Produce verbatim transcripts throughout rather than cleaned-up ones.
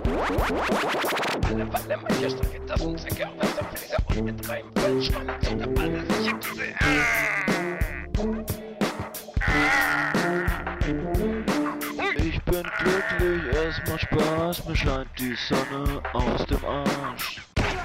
Alle Walle, manche Strecke, das und Zecke, und das auf dieser und mit drei Waldschwanz und der Ball, ich diese. Ich bin glücklich, es macht Spaß, mir scheint die Sonne aus dem Arsch.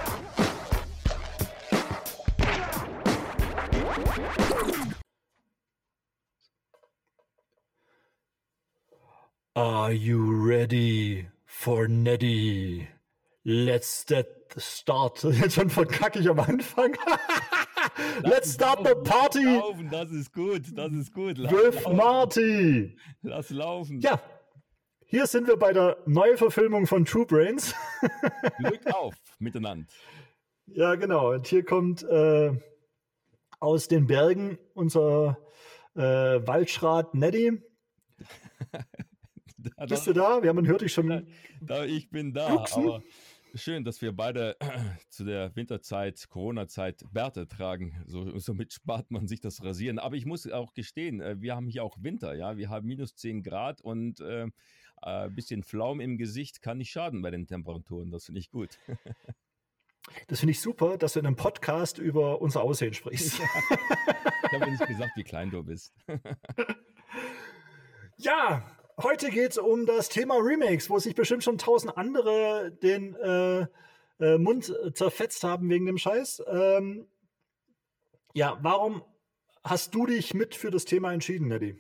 Are you ready for Neddy? Let's that start. Jetzt schon verkacke ich am Anfang. Let's start the party. Laufen, das ist gut, das ist gut. Lass With laufen. Marty. Lass laufen. Ja, hier sind wir bei der Neuverfilmung von True Brains. Glück auf miteinander. Ja, genau. Und hier kommt äh, aus den Bergen unser äh, Waldschrat Neddy. Da, Bist du da? Wir haben hört dich schon. da, ich bin da, Upsen. aber schön, dass wir beide äh, zu der Winterzeit, Corona-Zeit Bärte tragen. So, somit spart man sich das Rasieren. Aber ich muss auch gestehen, äh, wir haben hier auch Winter, ja. Wir haben minus zehn Grad und äh, ein bisschen Flaum im Gesicht kann nicht schaden bei den Temperaturen. Das finde ich gut. Das finde ich super, dass du in einem Podcast über unser Aussehen sprichst. Ich habe nicht gesagt, wie klein du bist. Ja, heute geht es um das Thema Remakes, wo sich bestimmt schon tausend andere den äh, äh, Mund zerfetzt haben wegen dem Scheiß. Ähm, ja, warum hast du dich mit für das Thema entschieden, Neddy?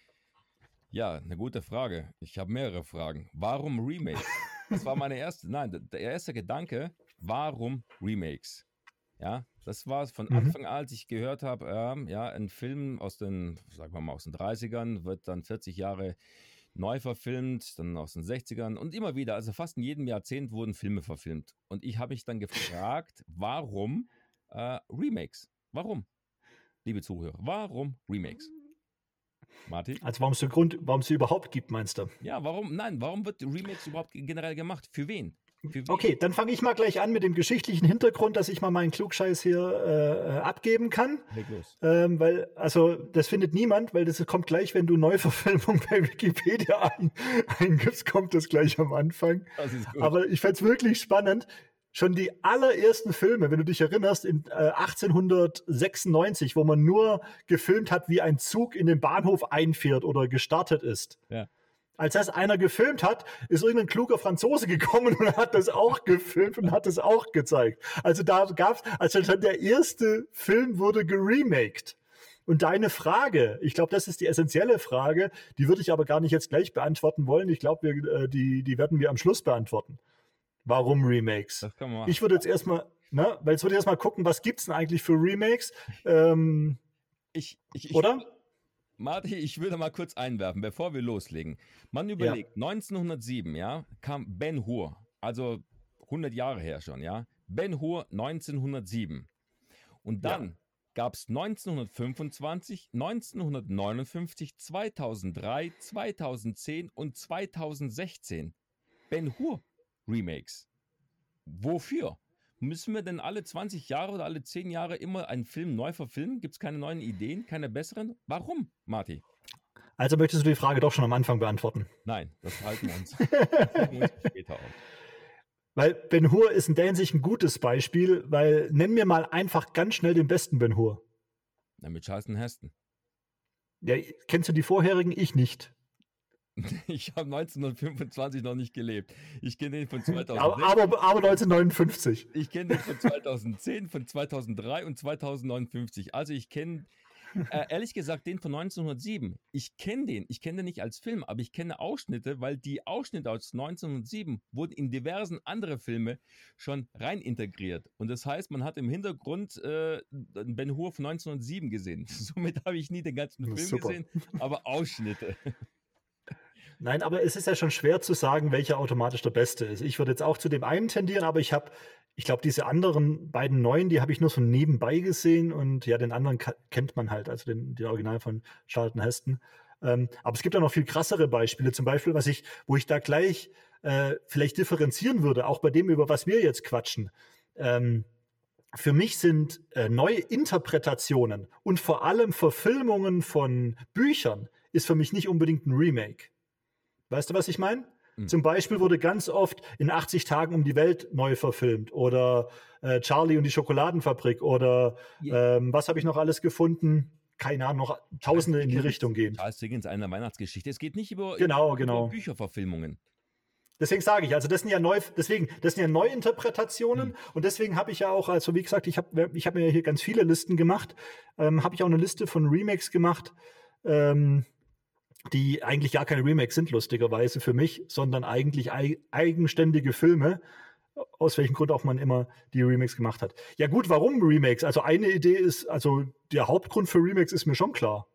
Ja, eine gute Frage. Ich habe mehrere Fragen. Warum Remakes? Das war meine erste, nein, der erste Gedanke, warum Remakes? Ja, das war von Anfang an, als ich gehört habe, ähm, ja, ein Film aus den, sagen wir mal, aus den dreißigern, wird dann vierzig Jahre neu verfilmt, dann aus den sechzigern und immer wieder, also fast in jedem Jahrzehnt wurden Filme verfilmt. Und ich habe mich dann gefragt, warum äh, Remakes? Warum? Liebe Zuhörer, warum Remakes? Martin? Also warum es den Grund, warum es sie überhaupt gibt, meinst du? Ja, warum, nein, warum wird Remakes überhaupt generell gemacht? Für wen? Für wen? Okay, dann fange ich mal gleich an mit dem geschichtlichen Hintergrund, dass ich mal meinen Klugscheiß hier äh, abgeben kann. Leg los. Ähm, weil, also, das findet niemand, weil das kommt gleich, wenn du Neuverfilmung bei Wikipedia ein, eingibst, kommt das gleich am Anfang. Das ist gut. Aber ich fänd's wirklich spannend. Schon die allerersten Filme, wenn du dich erinnerst, in äh, achtzehnhundertsechsundneunzig, wo man nur gefilmt hat, wie ein Zug in den Bahnhof einfährt oder gestartet ist. Ja. Als das einer gefilmt hat, ist irgendein kluger Franzose gekommen und hat das auch gefilmt und hat das auch gezeigt. Also da gab's, also schon der erste Film wurde geremaked. Und deine Frage, ich glaube, das ist die essentielle Frage, die würde ich aber gar nicht jetzt gleich beantworten wollen. Ich glaube, wir, äh, die, die werden wir am Schluss beantworten. Warum Remakes? Das kann man machen. Ich würde jetzt erstmal, ne, weil jetzt würde ich erstmal gucken, was gibt's denn eigentlich für Remakes? Ähm, Ich, ich, ich, oder? Martin, ich würde mal kurz einwerfen, bevor wir loslegen. Man überlegt, neunzehnhundertsieben, ja, kam Ben-Hur, also hundert Jahre her schon, ja. Ben-Hur neunzehnhundertsieben. Und dann Ja. gab es neunzehnhundertfünfundzwanzig, neunzehnhundertneunundfünfzig, zweitausenddrei, zweitausendzehn und zweitausendsechzehn Ben-Hur-Remakes. Wofür? Müssen wir denn alle zwanzig Jahre oder alle zehn Jahre immer einen Film neu verfilmen? Gibt es keine neuen Ideen, keine besseren? Warum, Martin? Also möchtest du die Frage doch schon am Anfang beantworten? Nein, das halten wir uns, das halten wir uns später auf. Weil Ben-Hur ist in der Hinsicht ein gutes Beispiel, weil nenn mir mal einfach ganz schnell den besten Ben-Hur. Na, mit Charleston Heston. Ja, kennst du die vorherigen? Ich nicht. Ich habe neunzehnhundertfünfundzwanzig noch nicht gelebt. Ich kenne den von Aber, zweitausendsechs. aber, aber neunzehnhundertneunundfünfzig. Ich kenne den von zweitausendzehn, von zweitausenddrei und zweitausendneunundfünfzig. Also ich kenne, äh, ehrlich gesagt, den von neunzehnhundertsieben. Ich kenne den. Ich kenne den nicht als Film, aber ich kenne Ausschnitte, weil die Ausschnitte aus neunzehnhundertsieben wurden in diversen andere Filme schon rein integriert. Und das heißt, man hat im Hintergrund äh, Ben-Hur von neunzehnhundertsieben gesehen. Somit habe ich nie den ganzen Film Super. gesehen, aber Ausschnitte. Nein, aber es ist ja schon schwer zu sagen, welcher automatisch der beste ist. Ich würde jetzt auch zu dem einen tendieren, aber ich habe, ich glaube, diese anderen beiden neuen, die habe ich nur so nebenbei gesehen und ja, den anderen ka- kennt man halt, also den, den Original von Charlton Heston. Ähm, aber es gibt auch noch viel krassere Beispiele, zum Beispiel, was ich, wo ich da gleich äh, vielleicht differenzieren würde, auch bei dem, über was wir jetzt quatschen. Ähm, Für mich sind äh, neue Interpretationen und vor allem Verfilmungen von Büchern ist für mich nicht unbedingt ein Remake. Weißt du, was ich meine? Hm. Zum Beispiel wurde ganz oft in achtzig Tagen um die Welt neu verfilmt oder äh, Charlie und die Schokoladenfabrik oder Ja. ähm, was habe ich noch alles gefunden? Keine Ahnung, noch Tausende in die Dickens. Richtung gehen. Charles Dickens, eine Weihnachtsgeschichte. Es geht nicht über, Genau, über genau. Bücherverfilmungen. Deswegen sage ich, also das sind ja neu, deswegen, das sind ja Neuinterpretationen Hm. und deswegen habe ich ja auch, also wie gesagt, ich habe ich hab mir hier ganz viele Listen gemacht, ähm, habe ich auch eine Liste von Remakes gemacht, ähm, die eigentlich gar keine Remakes sind, lustigerweise für mich, sondern eigentlich ei eigenständige Filme, aus welchem Grund auch man immer die Remakes gemacht hat. Ja gut, warum Remakes? Also eine Idee ist, also der Hauptgrund für Remakes ist mir schon klar.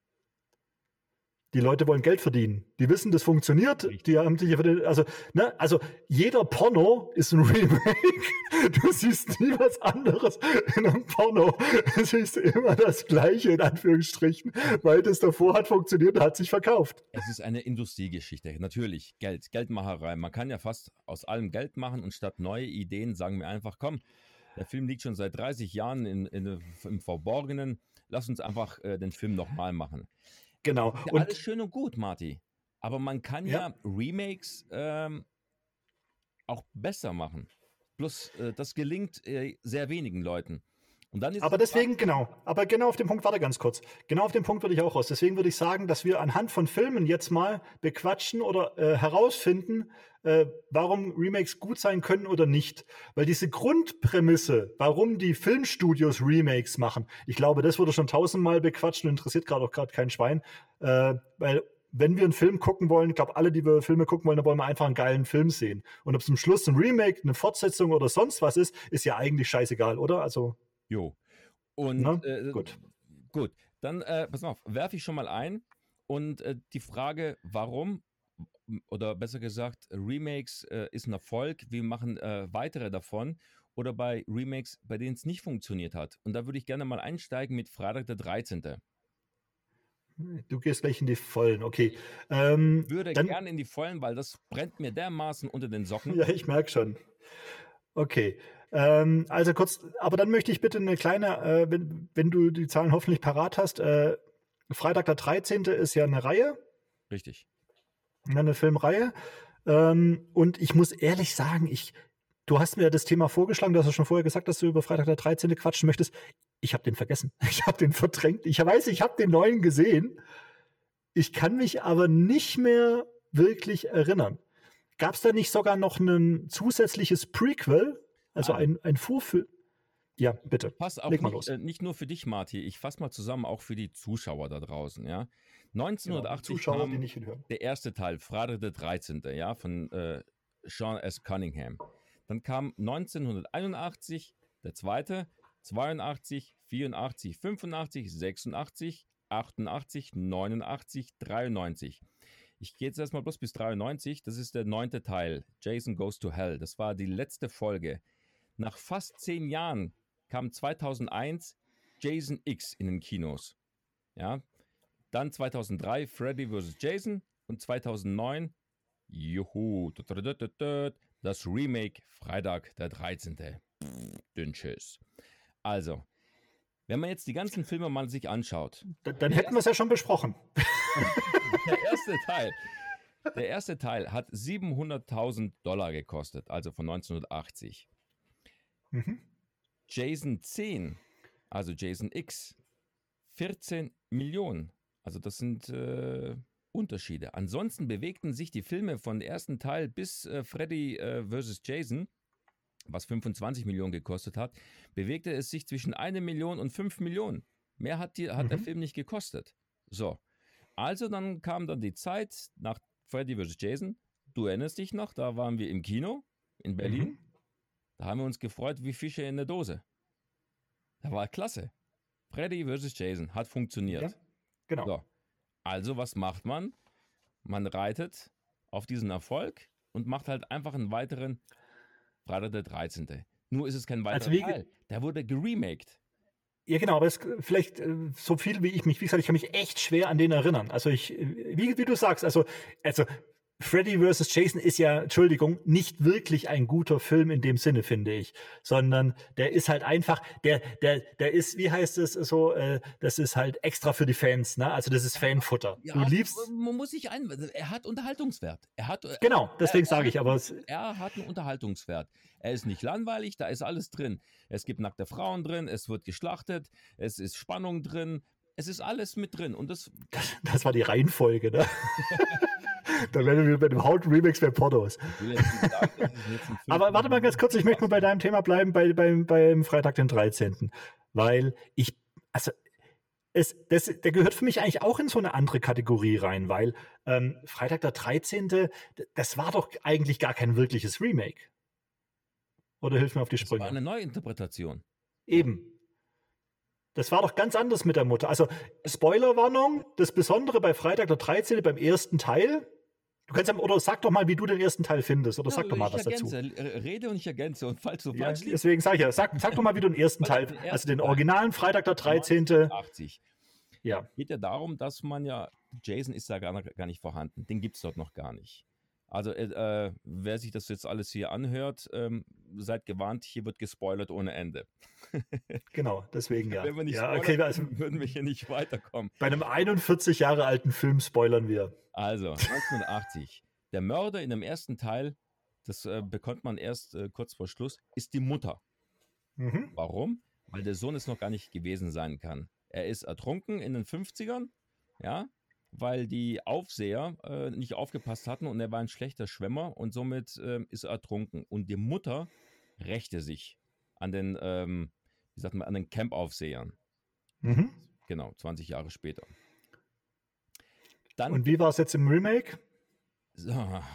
Die Leute wollen Geld verdienen. Die wissen, das funktioniert. Richtig. Die haben sich, also, ne, also jeder Porno ist ein Remake. Du siehst nie was anderes in einem Porno. Du siehst immer das Gleiche, in Anführungsstrichen, weil das davor hat funktioniert und hat sich verkauft. Es ist eine Industriegeschichte. Natürlich, Geld, Geldmacherei. Man kann ja fast aus allem Geld machen und statt neue Ideen sagen wir einfach, komm, der Film liegt schon seit dreißig Jahren in, in, im Verborgenen. Lass uns einfach äh, den Film nochmal machen. Genau. Ja, Und alles schön und gut, Marty. Aber man kann ja, Ja. Remakes ähm, auch besser machen. Plus, äh, das gelingt äh, sehr wenigen Leuten. Und dann ist Aber die deswegen, genau, aber genau auf dem Punkt, warte ganz kurz, genau auf dem Punkt würde ich auch raus. Deswegen würde ich sagen, dass wir anhand von Filmen jetzt mal bequatschen oder äh, herausfinden, äh, warum Remakes gut sein können oder nicht. Weil diese Grundprämisse, warum die Filmstudios Remakes machen, ich glaube, das wurde schon tausendmal bequatscht und interessiert gerade auch gerade kein Schwein. Äh, weil wenn wir einen Film gucken wollen, ich glaube, alle, die wir Filme gucken wollen, da wollen wir einfach einen geilen Film sehen. Und ob es zum Schluss ein Remake, eine Fortsetzung oder sonst was ist, ist ja eigentlich scheißegal, oder? Also Jo. Und Na, äh, gut. gut, dann äh, pass auf, werfe ich schon mal ein. Und äh, die Frage, warum, oder besser gesagt, Remakes äh, ist ein Erfolg, wir machen äh, weitere davon. Oder bei Remakes, bei denen es nicht funktioniert hat. Und da würde ich gerne mal einsteigen mit Freitag der dreizehnte. Du gehst gleich in die Vollen, okay. Ähm, Ich würde dann, gerne in die Vollen, weil das brennt mir dermaßen unter den Socken. Ja, ich merke schon. Okay. Ähm, also kurz, aber dann möchte ich bitte eine kleine, äh, wenn, wenn du die Zahlen hoffentlich parat hast, äh, Freitag der dreizehnte ist ja eine Reihe, Richtig. eine Filmreihe. Ähm, und ich muss ehrlich sagen, ich, du hast mir das Thema vorgeschlagen, du hast ja schon vorher gesagt, dass du über Freitag der dreizehnte quatschen möchtest. Ich habe den vergessen. Ich habe den verdrängt. Ich weiß, ich habe den neuen gesehen. Ich kann mich aber nicht mehr wirklich erinnern. Gab es da nicht sogar noch ein zusätzliches Prequel? Also Ah. ein, ein Vorfilm? Ja, bitte. Pass auf, Leg mal nicht, los. äh, nicht nur für dich, Marty. Ich fasse mal zusammen, auch für die Zuschauer da draußen. Ja? Genau, die neunzehnhundertachtzig Zuschauer, kam die nicht hinhören. der erste Teil, Freitag der dreizehnte, ja, von äh, Sean S. Cunningham. Dann kam neunzehnhunderteinundachtzig der zweite, zweiundachtzig, vierundachtzig, fünfundachtzig, sechsundachtzig, achtundachtzig, neunundachtzig, dreiundneunzig. Ich gehe jetzt erstmal bloß bis dreiundneunzig. Das ist der neunte Teil, Jason Goes to Hell. Das war die letzte Folge. Nach fast zehn Jahren kam zweitausendeins Jason X in den Kinos. Ja, dann zweitausenddrei Freddy versus. Jason und zweitausendneun, juhu, das Remake Freitag der dreizehnte. Dünn tschüss. Also, wenn man jetzt die ganzen Filme mal sich anschaut. Dann, dann hätten wir es ja schon besprochen. Der erste Teil, der erste Teil hat siebenhunderttausend Dollar gekostet, also von neunzehnhundertachtzig. Mhm. Jason zehn, also Jason X, vierzehn Millionen. Also das sind äh, Unterschiede. Ansonsten bewegten sich die Filme von ersten Teil bis äh, Freddy äh, versus. Jason, was fünfundzwanzig Millionen gekostet hat, bewegte es sich zwischen eine Million und fünf Millionen. Mehr hat, die, hat Mhm. der Film nicht gekostet. So, also dann kam dann die Zeit nach Freddy versus. Jason. Du erinnerst dich noch, da waren wir im Kino in Berlin. Mhm. Da haben wir uns gefreut wie Fische in der Dose. Da war klasse. Freddy versus. Jason hat funktioniert. Ja, genau. So. Also was macht man? Man reitet auf diesen Erfolg und macht halt einfach einen weiteren Freitag der dreizehnte. Nur ist es kein weiterer Also wie ge- Teil. Der wurde geremaked. Ja, genau, aber es vielleicht äh, so viel wie ich mich, wie gesagt, ich kann mich echt schwer an den erinnern. Also ich, äh, wie, wie du sagst, also, also Freddy versus. Jason ist ja, Entschuldigung, nicht wirklich ein guter Film in dem Sinne, finde ich. Sondern der ist halt einfach, der, der, der ist, wie heißt es so, äh, das ist halt extra für die Fans, ne? Also das ist Fanfutter. Ja, du liebst. man muss sich ein, er hat Unterhaltungswert. Er hat, Genau, deswegen er, sage ich, aber es, er hat einen Unterhaltungswert. Er ist nicht langweilig, da ist alles drin. Es gibt nackte Frauen drin, es wird geschlachtet, es ist Spannung drin, es ist alles mit drin. Und das, das war die Reihenfolge, ne? Da werden wir bei dem Haut-Remix bei Pornos. ich will jetzt nicht sagen, das ist jetzt ein Film. Aber warte mal ganz kurz, ich möchte mal bei deinem Thema bleiben, bei, beim, beim Freitag den dreizehnten. Weil ich, also, es, das, der gehört für mich eigentlich auch in so eine andere Kategorie rein, weil ähm, Freitag der dreizehnte, d- das war doch eigentlich gar kein wirkliches Remake. Oder hilf mir auf die Das war Sprünge. eine Neuinterpretation. Eben. Das war doch ganz anders mit der Mutter. Also, Spoilerwarnung, das Besondere bei Freitag der dreizehnte beim ersten Teil. Du kannst ja, oder sag doch mal, wie du den ersten Teil findest. Oder sag Ja, doch mal ich was dazu. ergänze, äh, Rede und ich ergänze. Und falls du Ja, falsch liegst, deswegen sage ich ja, sag, sag doch mal, wie du den ersten Weil Teil, den ersten also den Teil- originalen Freitag der dreizehnte. achtzig. Ja. Geht ja darum, dass man ja, Jason ist da gar, gar nicht vorhanden. Den gibt es dort noch gar nicht. Also, äh, äh, wer sich das jetzt alles hier anhört, ähm, seid gewarnt, hier wird gespoilert ohne Ende. Genau, deswegen ja. Wenn wir nicht ja spoilern, okay, also würden wir hier nicht weiterkommen. bei einem einundvierzig Jahre alten Film spoilern wir. Also, neunzehnhundertachtzig. Der Mörder in dem ersten Teil, das äh, bekommt man erst äh, kurz vor Schluss, ist die Mutter. Mhm. Warum? Weil der Sohn es noch gar nicht gewesen sein kann. Er ist ertrunken in den fünfzigern, ja, weil die Aufseher äh, nicht aufgepasst hatten und er war ein schlechter Schwimmer und somit äh, ist er ertrunken. Und die Mutter rächte sich an den, ähm, wie sagt man, an den Camp-Aufsehern. Mhm. Genau, zwanzig Jahre später. Dann Und wie war es jetzt im Remake? So.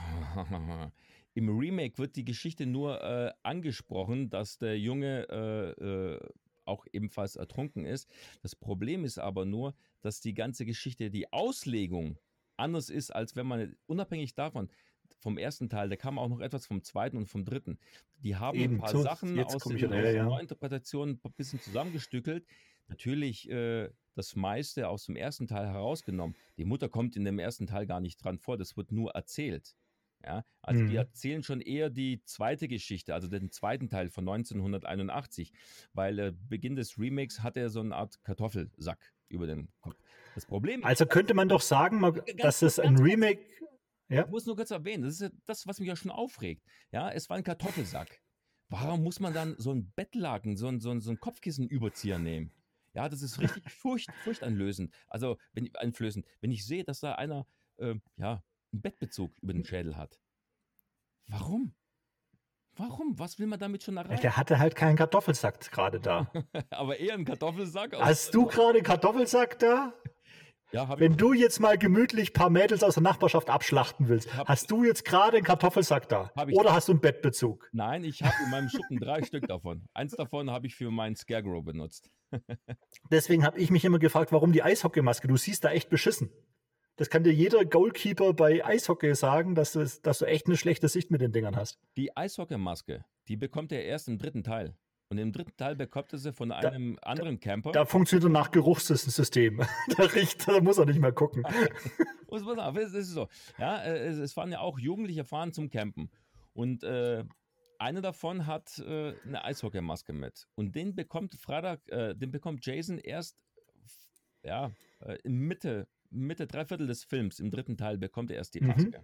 Im Remake wird die Geschichte nur äh, angesprochen, dass der Junge äh, äh, auch ebenfalls ertrunken ist. Das Problem ist aber nur, dass die ganze Geschichte, die Auslegung anders ist, als wenn man, unabhängig davon, vom ersten Teil, da kam auch noch etwas vom zweiten und vom dritten. Die haben Eben, ein paar so, Sachen jetzt aus komm ich den, wieder aus her, den ja. Neuinterpretationen ein bisschen zusammengestückelt. Natürlich äh, das meiste aus dem ersten Teil herausgenommen. Die Mutter kommt in dem ersten Teil gar nicht dran vor, das wird nur erzählt. Ja, also die Mhm. erzählen schon eher die zweite Geschichte, also den zweiten Teil von neunzehnhunderteinundachtzig, weil äh, Beginn des Remakes hat er so eine Art Kartoffelsack über dem Kopf. Das Problem ist, Also könnte man doch sagen, mal, Ganz dass kurz, es ein ganz kurz. Remake. Ja? ich muss nur kurz erwähnen, das ist ja das, was mich ja schon aufregt. Ja, es war ein Kartoffelsack. Warum muss man dann so ein Bettlaken, so ein, so ein, so ein Kopfkissenüberzieher nehmen? Ja, das ist richtig furcht, furchteinlösend. Also, wenn, einflößend. Wenn ich sehe, dass da einer, äh, ja, einen Bettbezug über den Schädel hat. Warum? Warum? Was will man damit schon erreichen? Der hatte halt keinen Kartoffelsack gerade da. Aber eher einen Kartoffelsack. aus- Hast du gerade einen Kartoffelsack da? Ja, hab Wenn ich. du jetzt mal gemütlich ein paar Mädels aus der Nachbarschaft abschlachten willst, Hab- hast du jetzt gerade einen Kartoffelsack da? Hab ich. Oder hast du einen Bettbezug? Nein, ich habe in meinem Schuppen drei Stück davon. Eins davon habe ich für meinen Scarecrow benutzt. Deswegen habe ich mich immer gefragt, warum die Eishockeymaske? Du siehst da echt beschissen. Das kann dir jeder Goalkeeper bei Eishockey sagen, dass du, dass du echt eine schlechte Sicht mit den Dingern hast. Die Eishockeymaske, die bekommt er erst im dritten Teil. Und im dritten Teil bekommt er sie von einem anderen Camper. Da funktioniert er nach Geruchssystem. Da riecht, da muss er nicht mehr gucken. Muss man sagen, es ist so. Ja, äh, es, es fahren ja auch Jugendliche fahren zum Campen. Und äh, einer davon hat äh, eine Eishockeymaske mit. Und den bekommt Freitag, äh, den bekommt Jason erst ja, äh, in Mitte, Mitte, Dreiviertel des Films, im dritten Teil bekommt er erst die Mhm. Maske.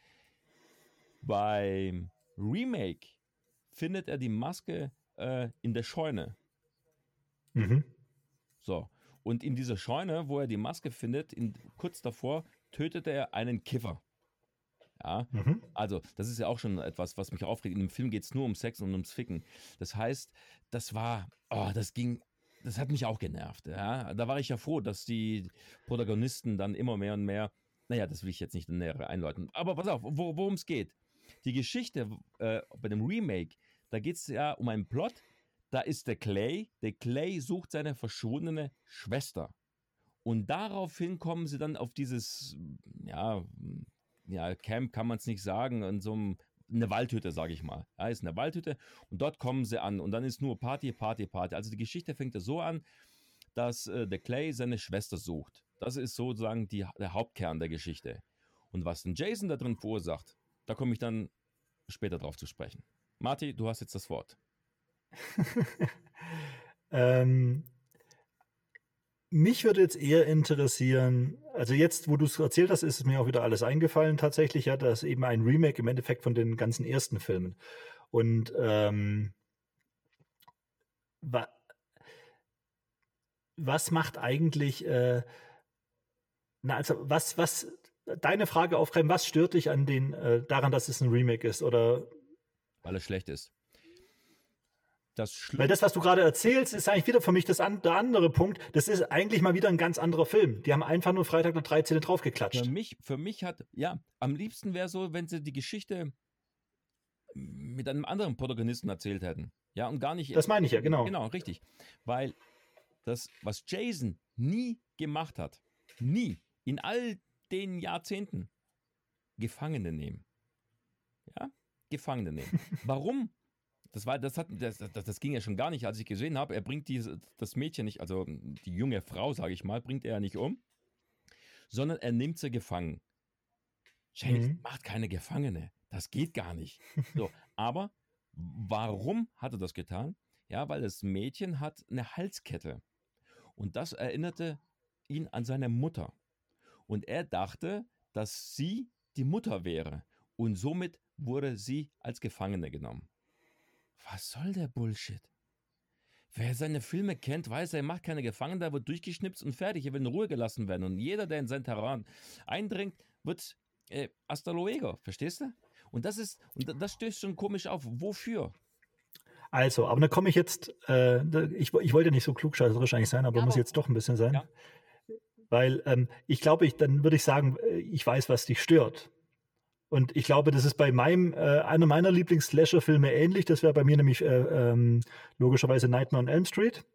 Beim Remake findet er die Maske äh, in der Scheune. Mhm. So. Und in dieser Scheune, wo er die Maske findet, in, kurz davor tötet er einen Kiffer. Ja, Mhm. also das ist ja auch schon etwas, was mich aufregt. In dem Film geht es nur um Sex und ums Ficken. Das heißt, das war, oh, das ging, das hat mich auch genervt. Ja, da war ich ja froh, dass die Protagonisten dann immer mehr und mehr, naja, das will ich jetzt nicht näher einläuten. Aber pass auf, wo, worum es geht. Die Geschichte äh, bei dem Remake, da geht es ja um einen Plot. Da ist der Clay. Der Clay sucht seine verschwundene Schwester. Und daraufhin kommen sie dann auf dieses, ja, ja, Camp kann man es nicht sagen, in so einem, eine Waldhütte, sage ich mal. Ja, ist eine Waldhütte und dort kommen sie an und dann ist nur Party, Party, Party. Also die Geschichte fängt ja so an, dass äh, der Clay seine Schwester sucht. Das ist sozusagen die, der Hauptkern der Geschichte. Und was den Jason da drin verursacht, da komme ich dann später drauf zu sprechen. Marty, du hast jetzt das Wort. ähm, mich würde jetzt eher interessieren, also jetzt, wo du es erzählt hast, ist es mir auch wieder alles eingefallen tatsächlich, ja, das ist eben ein Remake im Endeffekt von den ganzen ersten Filmen. Und ähm, wa was macht eigentlich, äh, na, also was, was, deine Frage aufgreifen, was stört dich an den, äh, daran, dass es ein Remake ist? Oder Weil es schlecht ist. Das Weil das, was du gerade erzählst, ist eigentlich wieder für mich das an, der andere Punkt. Das ist eigentlich mal wieder ein ganz anderer Film. Die haben einfach nur Freitag der dreizehnte draufgeklatscht. Für mich, für mich hat, ja, am liebsten wäre so, wenn sie die Geschichte mit einem anderen Protagonisten erzählt hätten. Ja, und gar nicht. Das meine ich ja, genau. Genau, richtig. Weil das, was Jason nie gemacht hat, nie, in all den Jahrzehnten, Gefangene nehmen. Ja, Gefangene nehmen. Warum? Das, war, das, hat, das, das, das ging ja schon gar nicht, als ich gesehen habe, er bringt diese, das Mädchen nicht, also die junge Frau, sage ich mal, bringt er ja nicht um, sondern er nimmt sie gefangen. James mhm. macht keine Gefangene. Das geht gar nicht. So, aber warum hat er das getan? Ja, weil das Mädchen hat eine Halskette. Und das erinnerte ihn an seine Mutter. Und er dachte, dass sie die Mutter wäre. Und somit wurde sie als Gefangene genommen. Was soll der Bullshit? Wer seine Filme kennt, weiß, er macht keine Gefangenen, da wird durchgeschnipst und fertig. Er will in Ruhe gelassen werden. Und jeder, der in sein Terrain eindringt, wird äh, hasta luego. Verstehst du? Und das ist, und das stößt schon komisch auf. Wofür? Also, aber dann komme ich jetzt, äh, ich, ich wollte nicht so klugscheißerisch eigentlich sein, aber ja, muss aber, jetzt doch ein bisschen sein. Ja. Weil ähm, ich glaube, ich, dann würde ich sagen, ich weiß, was dich stört. Und ich glaube, das ist bei meinem, äh, einer meiner Lieblings-Slasher-Filme ähnlich. Das wäre bei mir nämlich äh, ähm, logischerweise Nightmare on Elm Street.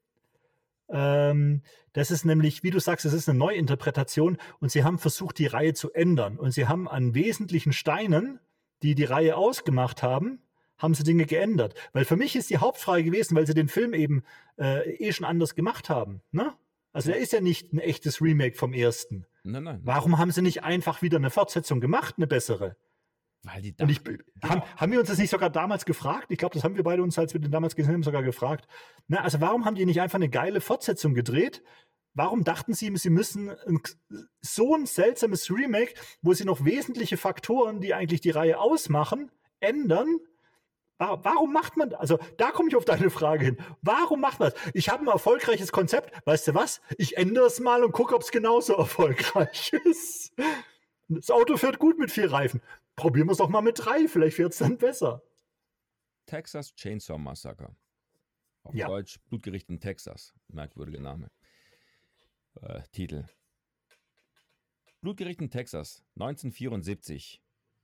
Ähm, das ist nämlich, wie du sagst, es ist eine Neuinterpretation und sie haben versucht, die Reihe zu ändern. Und sie haben an wesentlichen Steinen, die die Reihe ausgemacht haben, haben sie Dinge geändert. Weil für mich ist die Hauptfrage gewesen, weil sie den Film eben äh, eh schon anders gemacht haben. Ne? Also er ist ja nicht ein echtes Remake vom ersten. Nein, nein, nein. Warum haben sie nicht einfach wieder eine Fortsetzung gemacht, eine bessere? Weil die Und ich, haben, haben wir uns das nicht sogar damals gefragt? Ich glaube, das haben wir beide uns, als wir den damals gesehen haben, sogar gefragt. Na, also warum haben die nicht einfach eine geile Fortsetzung gedreht? Warum dachten sie, sie müssen ein, so ein seltsames Remake, wo sie noch wesentliche Faktoren, die eigentlich die Reihe ausmachen, ändern? Warum macht man, also da komme ich auf deine Frage hin. Warum macht man das? Ich habe ein erfolgreiches Konzept. Weißt du was? Ich ändere es mal und gucke, ob es genauso erfolgreich ist. Das Auto fährt gut mit vier Reifen. Probieren wir es doch mal mit drei. Vielleicht wird es dann besser. Texas Chainsaw Massacre. Auf ja. Deutsch Blutgericht in Texas. Merkwürdiger Name. Äh, Titel. Blutgericht in Texas. neunzehnhundertvierundsiebzig.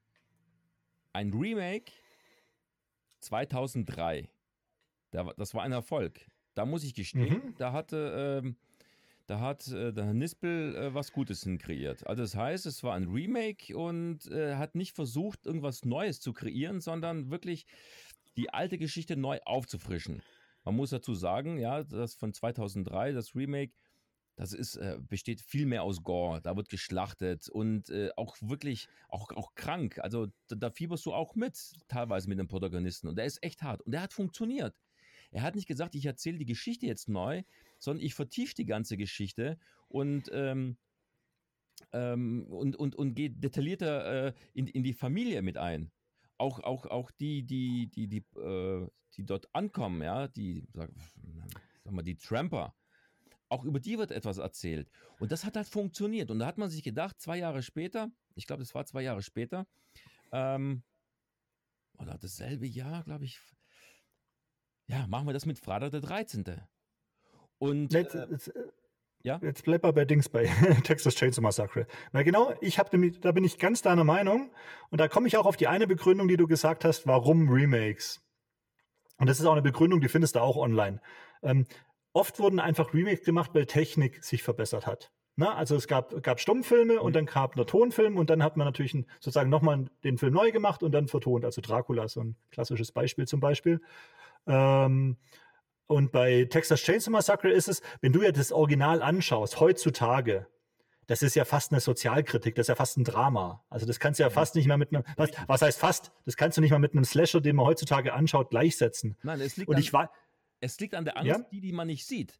Ein Remake zweitausenddrei. Das war ein Erfolg. Da muss ich gestehen, mhm. da hatte, ähm, da hat äh, der Herr Nispel äh, was Gutes hinkreiert. Also das heißt, es war ein Remake und äh, hat nicht versucht, irgendwas Neues zu kreieren, sondern wirklich die alte Geschichte neu aufzufrischen. Man muss dazu sagen, ja, das von zweitausenddrei, das Remake, das ist, äh, besteht viel mehr aus Gore. Da wird geschlachtet und äh, auch wirklich, auch, auch krank. Also da, da fieberst du auch mit, teilweise mit dem Protagonisten. Und der ist echt hart. Und der hat funktioniert. Er hat nicht gesagt, ich erzähle die Geschichte jetzt neu, sondern ich vertiefe die ganze Geschichte und, ähm, ähm, und, und, und gehe detaillierter äh, in, in die Familie mit ein. Auch, auch, auch die, die, die, die, äh, die dort ankommen, ja, die, sag, sag mal, die Tramper. Auch über die wird etwas erzählt. Und das hat halt funktioniert. Und da hat man sich gedacht, zwei Jahre später, ich glaube, das war zwei Jahre später, ähm, oder dasselbe Jahr, glaube ich, ja, machen wir das mit Freitag der dreizehnte. Und Let's, äh, jetzt, ja? jetzt bleib mal bei Dings, bei Texas Chainsaw Massacre. Weil genau, ich habe nämlich, da bin ich ganz deiner Meinung. Und da komme ich auch auf die eine Begründung, die du gesagt hast, warum Remakes. Und das ist auch eine Begründung, die findest du auch online. Ähm, Oft wurden einfach Remakes gemacht, weil Technik sich verbessert hat. Na, also es gab, gab Stummfilme und dann kam der Tonfilm und dann hat man natürlich ein, sozusagen nochmal den Film neu gemacht und dann vertont. Also Dracula ist so ein klassisches Beispiel zum Beispiel. Ähm, und bei Texas Chainsaw Massacre ist es, wenn du ja das Original anschaust, heutzutage, Das ist ja fast eine Sozialkritik, das ist ja fast ein Drama. Also das kannst du ja fast nicht mehr mit einem, was, was heißt fast? Das kannst du nicht mal mit einem Slasher, den man heutzutage anschaut, gleichsetzen. Nein, es liegt, Und an, ich war, es liegt an der Angst, Ja? die, die man nicht sieht.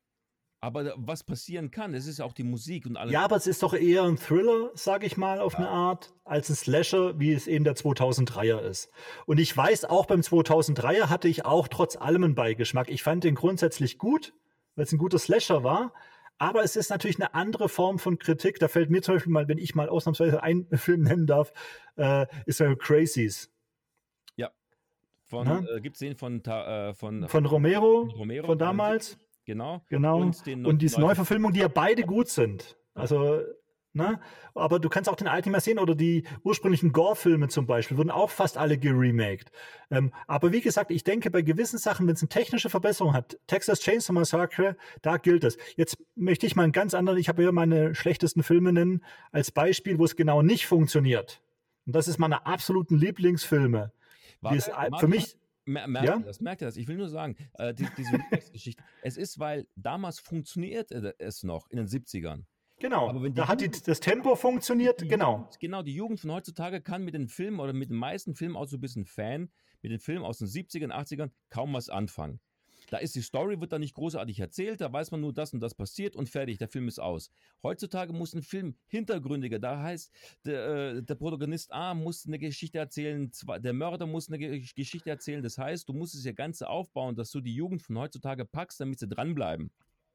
Aber was passieren kann, es ist auch die Musik und alles. ja, aber es ist doch eher ein Thriller, sage ich mal, auf eine Art, als ein Slasher, wie es eben der zweitausenddreier ist. Und ich weiß, auch beim zweitausenddreier hatte ich auch trotz allem einen Beigeschmack. Ich fand den grundsätzlich gut, weil es ein guter Slasher war. Aber es ist natürlich eine andere Form von Kritik. Da fällt mir zum Beispiel mal, wenn ich mal ausnahmsweise einen Film nennen darf, äh, ist ja Crazies. Ja. Von, Na? äh, gibt es den von, Ta- äh, von, Von Romero, von Romero, von damals. Genau. Genau. Und, Und, den diese Neu- Neuverfilmung, die ja beide gut sind. Also, ne? Aber du kannst auch den alten nicht mehr sehen oder die ursprünglichen Gore-Filme zum Beispiel, wurden auch fast alle geremaked. Ähm, aber wie gesagt, ich denke, bei gewissen Sachen, wenn es eine technische Verbesserung hat, Texas Chainsaw Massacre, da gilt das. Jetzt möchte ich mal einen ganz anderen, ich habe ja meine schlechtesten Filme nennen, als Beispiel, wo es genau nicht funktioniert. Und das ist meine absoluten Lieblingsfilme. Die Warte, ist, äh, warte, für mich, Mer merkt Ja? ihr das, merkt ihr das? Ich will nur sagen, äh, die, diese Remix-Geschichte, es ist, weil damals funktionierte es noch in den siebzigern. genau, Aber wenn die da hat die, Jugend- das Tempo funktioniert, Die genau. Jugend, genau, die Jugend von heutzutage kann mit den Filmen oder mit den meisten Filmen, auch so ein bisschen Fan, mit den Filmen aus den siebzigern, achtzigern kaum was anfangen. Da ist die Story, wird da nicht großartig erzählt, da weiß man nur, das und das passiert und fertig, der Film ist aus. Heutzutage muss ein Film hintergründiger, da heißt, der, äh, der Protagonist A muss eine Geschichte erzählen, zwei, der Mörder muss eine Ge Geschichte erzählen, das heißt, du musst es ja Ganze aufbauen, dass du die Jugend von heutzutage packst, damit sie dranbleiben.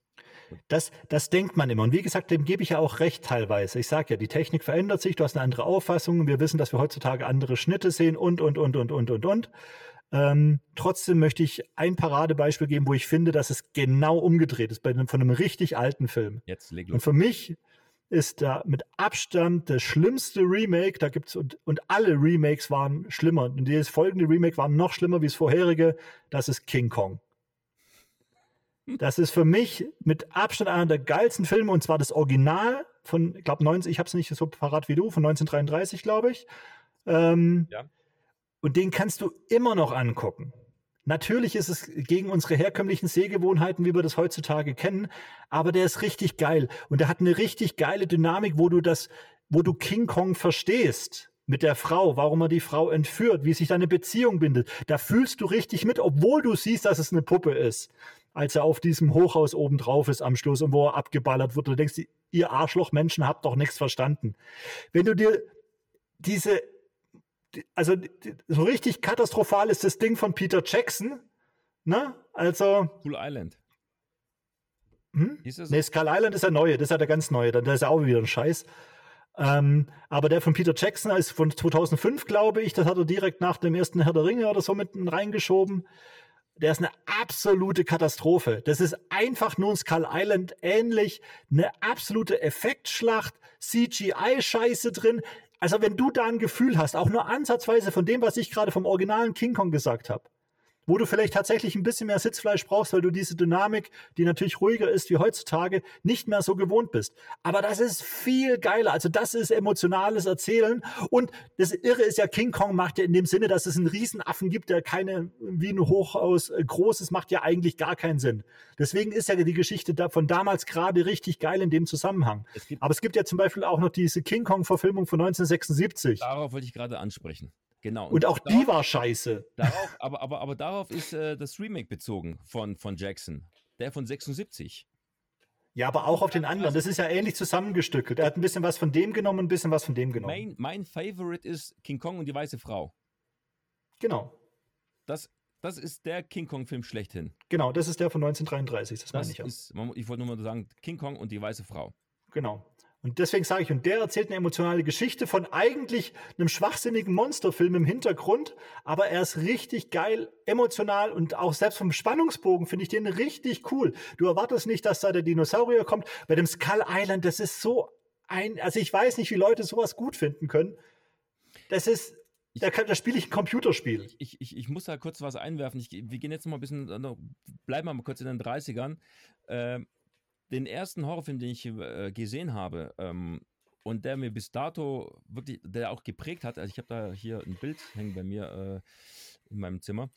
Das, das denkt man immer. Und wie gesagt, dem gebe ich ja auch recht teilweise. Ich sage ja, die Technik verändert sich, du hast eine andere Auffassung. Wir wissen, dass wir heutzutage andere Schnitte sehen und, und, und, und, und, und, und. Ähm, trotzdem möchte ich ein Paradebeispiel geben, wo ich finde, dass es genau umgedreht ist, bei einem, von einem richtig alten Film. Jetzt leg Und los. für mich ist da mit Abstand das schlimmste Remake, da gibt's, und, und alle Remakes waren schlimmer. Und das folgende Remake war noch schlimmer wie das vorherige, das ist King Kong. Das ist für mich mit Abstand einer der geilsten Filme, und zwar das Original von, ich glaube, ich habe es nicht so parat wie du, von neunzehnhundertdreiunddreißig, glaube ich. Ähm, Ja. Und den kannst du immer noch angucken. Natürlich ist es gegen unsere herkömmlichen Sehgewohnheiten, wie wir das heutzutage kennen, aber der ist richtig geil. Und der hat eine richtig geile Dynamik, wo du das, wo du King Kong verstehst. Mit der Frau, warum er die Frau entführt, wie sich deine Beziehung bindet. Da fühlst du richtig mit, obwohl du siehst, dass es eine Puppe ist. Als er auf diesem Hochhaus oben drauf ist am Schluss und wo er abgeballert wird. Du denkst, ihr Arschlochmenschen habt doch nichts verstanden. Wenn du dir diese, also so richtig katastrophal ist das Ding von Peter Jackson, ne? Also, Cool Island. hm? Hieß das? Nee, Skull Island ist der neue, das ist ja der ganz neue, da ist ja auch wieder ein Scheiß. Ähm, aber der von Peter Jackson ist von zweitausendfünf, glaube ich, das hat er direkt nach dem ersten Herr der Ringe oder so mit reingeschoben. Der ist eine absolute Katastrophe. Das ist einfach nur ein Skull Island ähnlich, eine absolute Effektschlacht, C G I-Scheiße drin. Also wenn du da ein Gefühl hast, auch nur ansatzweise von dem, was ich gerade vom originalen King Kong gesagt habe, wo du vielleicht tatsächlich ein bisschen mehr Sitzfleisch brauchst, weil du diese Dynamik, die natürlich ruhiger ist wie heutzutage, nicht mehr so gewohnt bist. Aber das ist viel geiler. Also das ist emotionales Erzählen. Und das Irre ist ja, King Kong macht ja in dem Sinne, dass es einen Riesenaffen gibt, der keine, wie ein Hochhaus äh, groß ist, macht ja eigentlich gar keinen Sinn. Deswegen ist ja die Geschichte da von damals gerade richtig geil in dem Zusammenhang. Es gibt, Aber es gibt ja zum Beispiel auch noch diese King Kong-Verfilmung von neunzehnhundertsechsundsiebzig. darauf wollte ich gerade ansprechen. Genau. Und auch darauf, die war scheiße. Darauf, aber, aber, aber darauf ist äh, das Remake bezogen von, von Jackson. Der von sechsundsiebzig. Ja, aber auch auf den anderen. Das ist ja ähnlich zusammengestückelt. Er hat ein bisschen was von dem genommen und ein bisschen was von dem genommen. Mein, mein Favorite ist King Kong und die weiße Frau. Genau. Das, das ist der King Kong-Film schlechthin. Genau, das ist der von neunzehnhundertdreiunddreißig. Das, Das meine ich ja. ist, man- ich wollte nur mal sagen, King Kong und die weiße Frau. Genau. Und deswegen sage ich, und der erzählt eine emotionale Geschichte von eigentlich einem schwachsinnigen Monsterfilm im Hintergrund, aber er ist richtig geil, emotional, und auch selbst vom Spannungsbogen finde ich den richtig cool. Du erwartest nicht, dass da der Dinosaurier kommt. Bei dem Skull Island, das ist so ein, also ich weiß nicht, wie Leute sowas gut finden können. Das ist, da, kann- da spiele ich ein Computerspiel. Ich, ich, ich, ich muss da kurz was einwerfen. Ich, wir gehen jetzt noch mal ein bisschen, äh, noch- bleiben wir mal kurz in den dreißigern. Ähm, den ersten Horrorfilm, den ich äh, gesehen habe, ähm, und der mir bis dato wirklich, der auch geprägt hat, also ich habe da hier ein Bild hängen bei mir äh, in meinem Zimmer,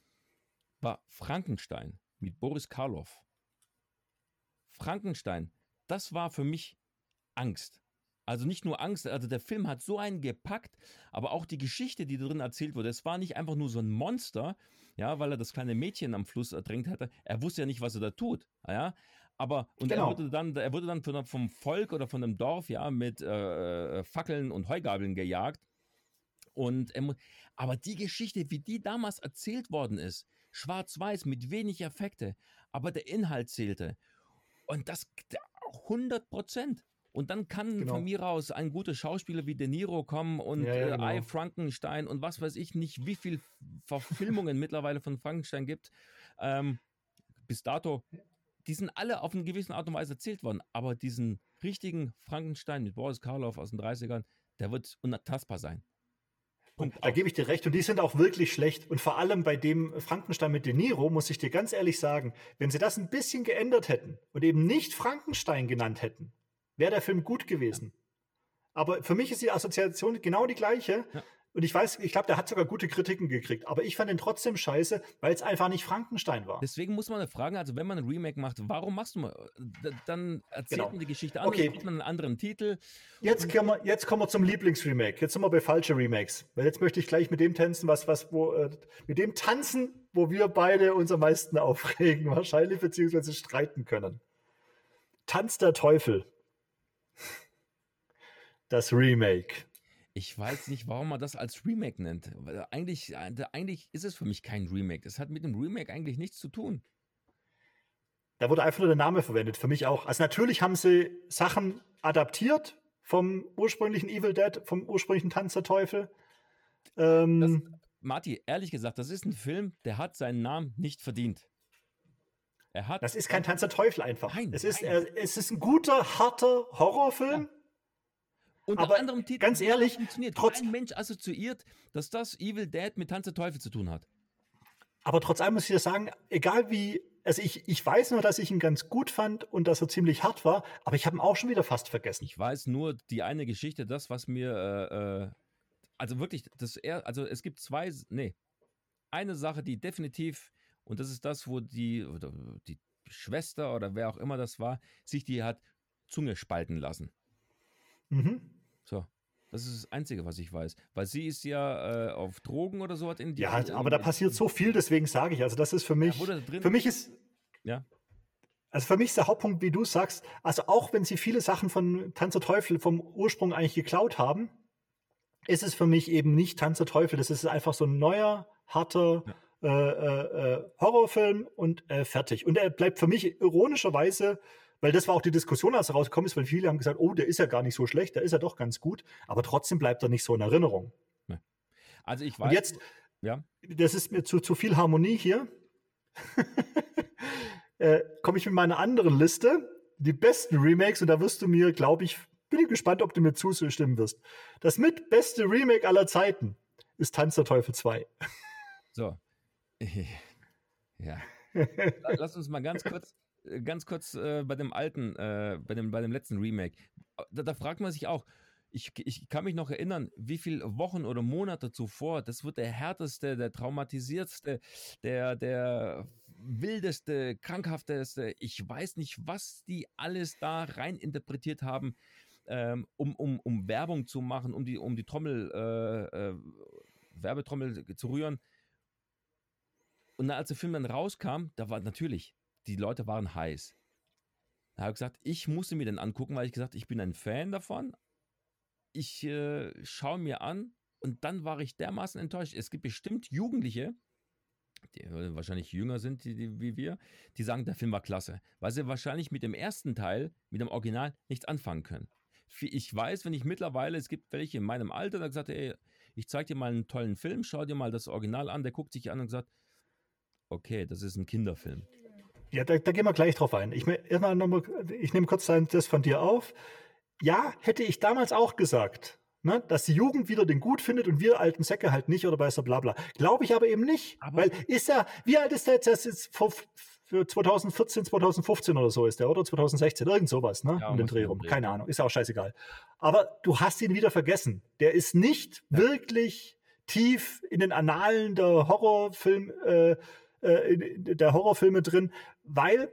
war Frankenstein mit Boris Karloff. Frankenstein, das war für mich Angst. Also nicht nur Angst, also der Film hat so einen gepackt, aber auch die Geschichte, die drin erzählt wurde. Es war nicht einfach nur so ein Monster, ja, weil er das kleine Mädchen am Fluss ertränkt hatte. Er wusste ja nicht, was er da tut, ja. Aber, und Genau. er wurde dann, er wurde dann von, vom Volk oder von einem Dorf, ja, mit äh, Fackeln und Heugabeln gejagt. Und, ähm, aber die Geschichte, wie die damals erzählt worden ist, schwarz-weiß, mit wenig Effekte, aber der Inhalt zählte. Und das hundert Prozent. Und dann kann Genau. von mir aus ein guter Schauspieler wie De Niro kommen und Ja, ja, äh, genau. I. Frankenstein und was weiß ich nicht, wie viele Verfilmungen mittlerweile von Frankenstein gibt. Ähm, bis dato, die sind alle auf eine gewisse Art und Weise erzählt worden. Aber diesen richtigen Frankenstein mit Boris Karloff aus den dreißigern, der wird unantastbar sein. Und da gebe ich dir recht. Und die sind auch wirklich schlecht. Und vor allem bei dem Frankenstein mit De Niro, muss ich dir ganz ehrlich sagen, wenn sie das ein bisschen geändert hätten und eben nicht Frankenstein genannt hätten, wäre der Film gut gewesen. Aber für mich ist die Assoziation genau die gleiche. Ja. Und ich weiß, ich glaube, der hat sogar gute Kritiken gekriegt. Aber ich fand ihn trotzdem scheiße, weil es einfach nicht Frankenstein war. Deswegen muss man fragen, also wenn man ein Remake macht, warum machst du mal, d- dann erzählt Genau. man die Geschichte anders, Okay. gibt man einen anderen Titel. Jetzt kommen wir, jetzt kommen wir zum Lieblingsremake. Jetzt sind wir bei falschen Remakes. Weil jetzt möchte ich gleich mit dem tanzen, was, was, wo, äh, mit dem tanzen, wo wir beide uns am meisten aufregen, wahrscheinlich, beziehungsweise streiten können. Tanz der Teufel. Das Remake. Ich weiß nicht, warum man das als Remake nennt. Weil eigentlich, äh, eigentlich ist es für mich kein Remake. Das hat mit dem Remake eigentlich nichts zu tun. Da wurde einfach nur der Name verwendet, für mich auch. Also natürlich haben sie Sachen adaptiert vom ursprünglichen Evil Dead, vom ursprünglichen Tanz der Teufel. Ähm, Das, Marti, ehrlich gesagt, das ist ein Film, der hat seinen Namen nicht verdient. Er hat. das ist kein Tanz der Teufel einfach. Nein, es, ist, nein. äh, es ist ein guter, harter Horrorfilm. Unter aber anderem Titel, ganz der ehrlich, funktioniert. trotz- Kein Mensch assoziiert, dass das Evil Dead mit Tanz der Teufel zu tun hat. Aber trotz allem muss ich dir sagen, egal wie, also ich, ich weiß nur, dass ich ihn ganz gut fand und dass er ziemlich hart war, aber ich habe ihn auch schon wieder fast vergessen. Ich weiß nur die eine Geschichte, das, was mir, äh, äh, also wirklich, das er, also es gibt zwei, nee, eine Sache, die definitiv, und das ist das, wo die, oder die Schwester oder wer auch immer das war, sich die hat Zunge spalten lassen. Mhm. So, das ist das Einzige, was ich weiß. Weil sie ist ja äh, auf Drogen oder so was in die. Ja, in, aber da passiert so viel, deswegen sage ich, also das ist für mich, wurde da drin- für mich ist, Ja, also für mich ist der Hauptpunkt, wie du sagst, also auch wenn sie viele Sachen von Tanz der Teufel vom Ursprung eigentlich geklaut haben, ist es für mich eben nicht Tanz der Teufel, das ist einfach so ein neuer, harter äh, äh, äh, Horrorfilm und äh, fertig. Und er bleibt für mich ironischerweise, weil das war auch die Diskussion, als er rausgekommen ist, weil viele haben gesagt, oh, der ist ja gar nicht so schlecht, der ist ja doch ganz gut, aber trotzdem bleibt er nicht so in Erinnerung. also ich weiß. Und jetzt, ja, das ist mir zu, zu viel Harmonie hier, äh, komme ich mit meiner anderen Liste, die besten Remakes, und da wirst du mir, glaube ich, bin ich gespannt, ob du mir zustimmen wirst. Das mit beste Remake aller Zeiten ist Tanz der Teufel zwei. so. Ja. Lass uns mal ganz kurz, äh, ganz kurz äh, bei dem alten, äh, bei, dem, bei dem letzten Remake. Da, da fragt man sich auch, ich, ich kann mich noch erinnern, wie viele Wochen oder Monate zuvor, das wird der härteste, der traumatisierteste, der, der wildeste, krankhafteste, ich weiß nicht, was die alles da rein interpretiert haben, ähm, um, um, um Werbung zu machen, um die, um die Trommel, äh, äh, Werbetrommel zu rühren. Und dann, als der Film dann rauskam, da war natürlich, die Leute waren heiß. Da habe ich gesagt, ich musste mir den angucken, weil ich gesagt, ich bin ein Fan davon. Ich äh, schaue mir an und dann war ich dermaßen enttäuscht. Es gibt bestimmt Jugendliche, die wahrscheinlich jünger sind die, die, wie wir, die sagen, der Film war klasse, weil sie wahrscheinlich mit dem ersten Teil, mit dem Original, nichts anfangen können. Ich weiß, wenn ich mittlerweile, es gibt welche in meinem Alter, da gesagt, ey, ich zeige dir mal einen tollen Film, schau dir mal das Original an, der guckt sich an und sagt, okay, das ist ein Kinderfilm. Ja, da, da gehen wir gleich drauf ein. Ich, erstmal noch mal, ich nehme kurz das von dir auf. Ja, hätte ich damals auch gesagt, ne, dass die Jugend wieder den gut findet und wir alten Säcke halt nicht oder bei so Blabla. Glaube ich aber eben nicht. Aber weil ist er, wie alt ist der jetzt? Das ist für, für zwanzig vierzehn, zwanzig fünfzehn oder so ist der, oder? zwanzig sechzehn, irgend sowas, ne? Ja, um den was Dreh um rum. den Dreh. Keine Ahnung, ist auch scheißegal. Aber du hast ihn wieder vergessen. Der ist nicht ja. wirklich tief in den Annalen der Horrorfilm, äh, äh, in, in der Horrorfilme drin, weil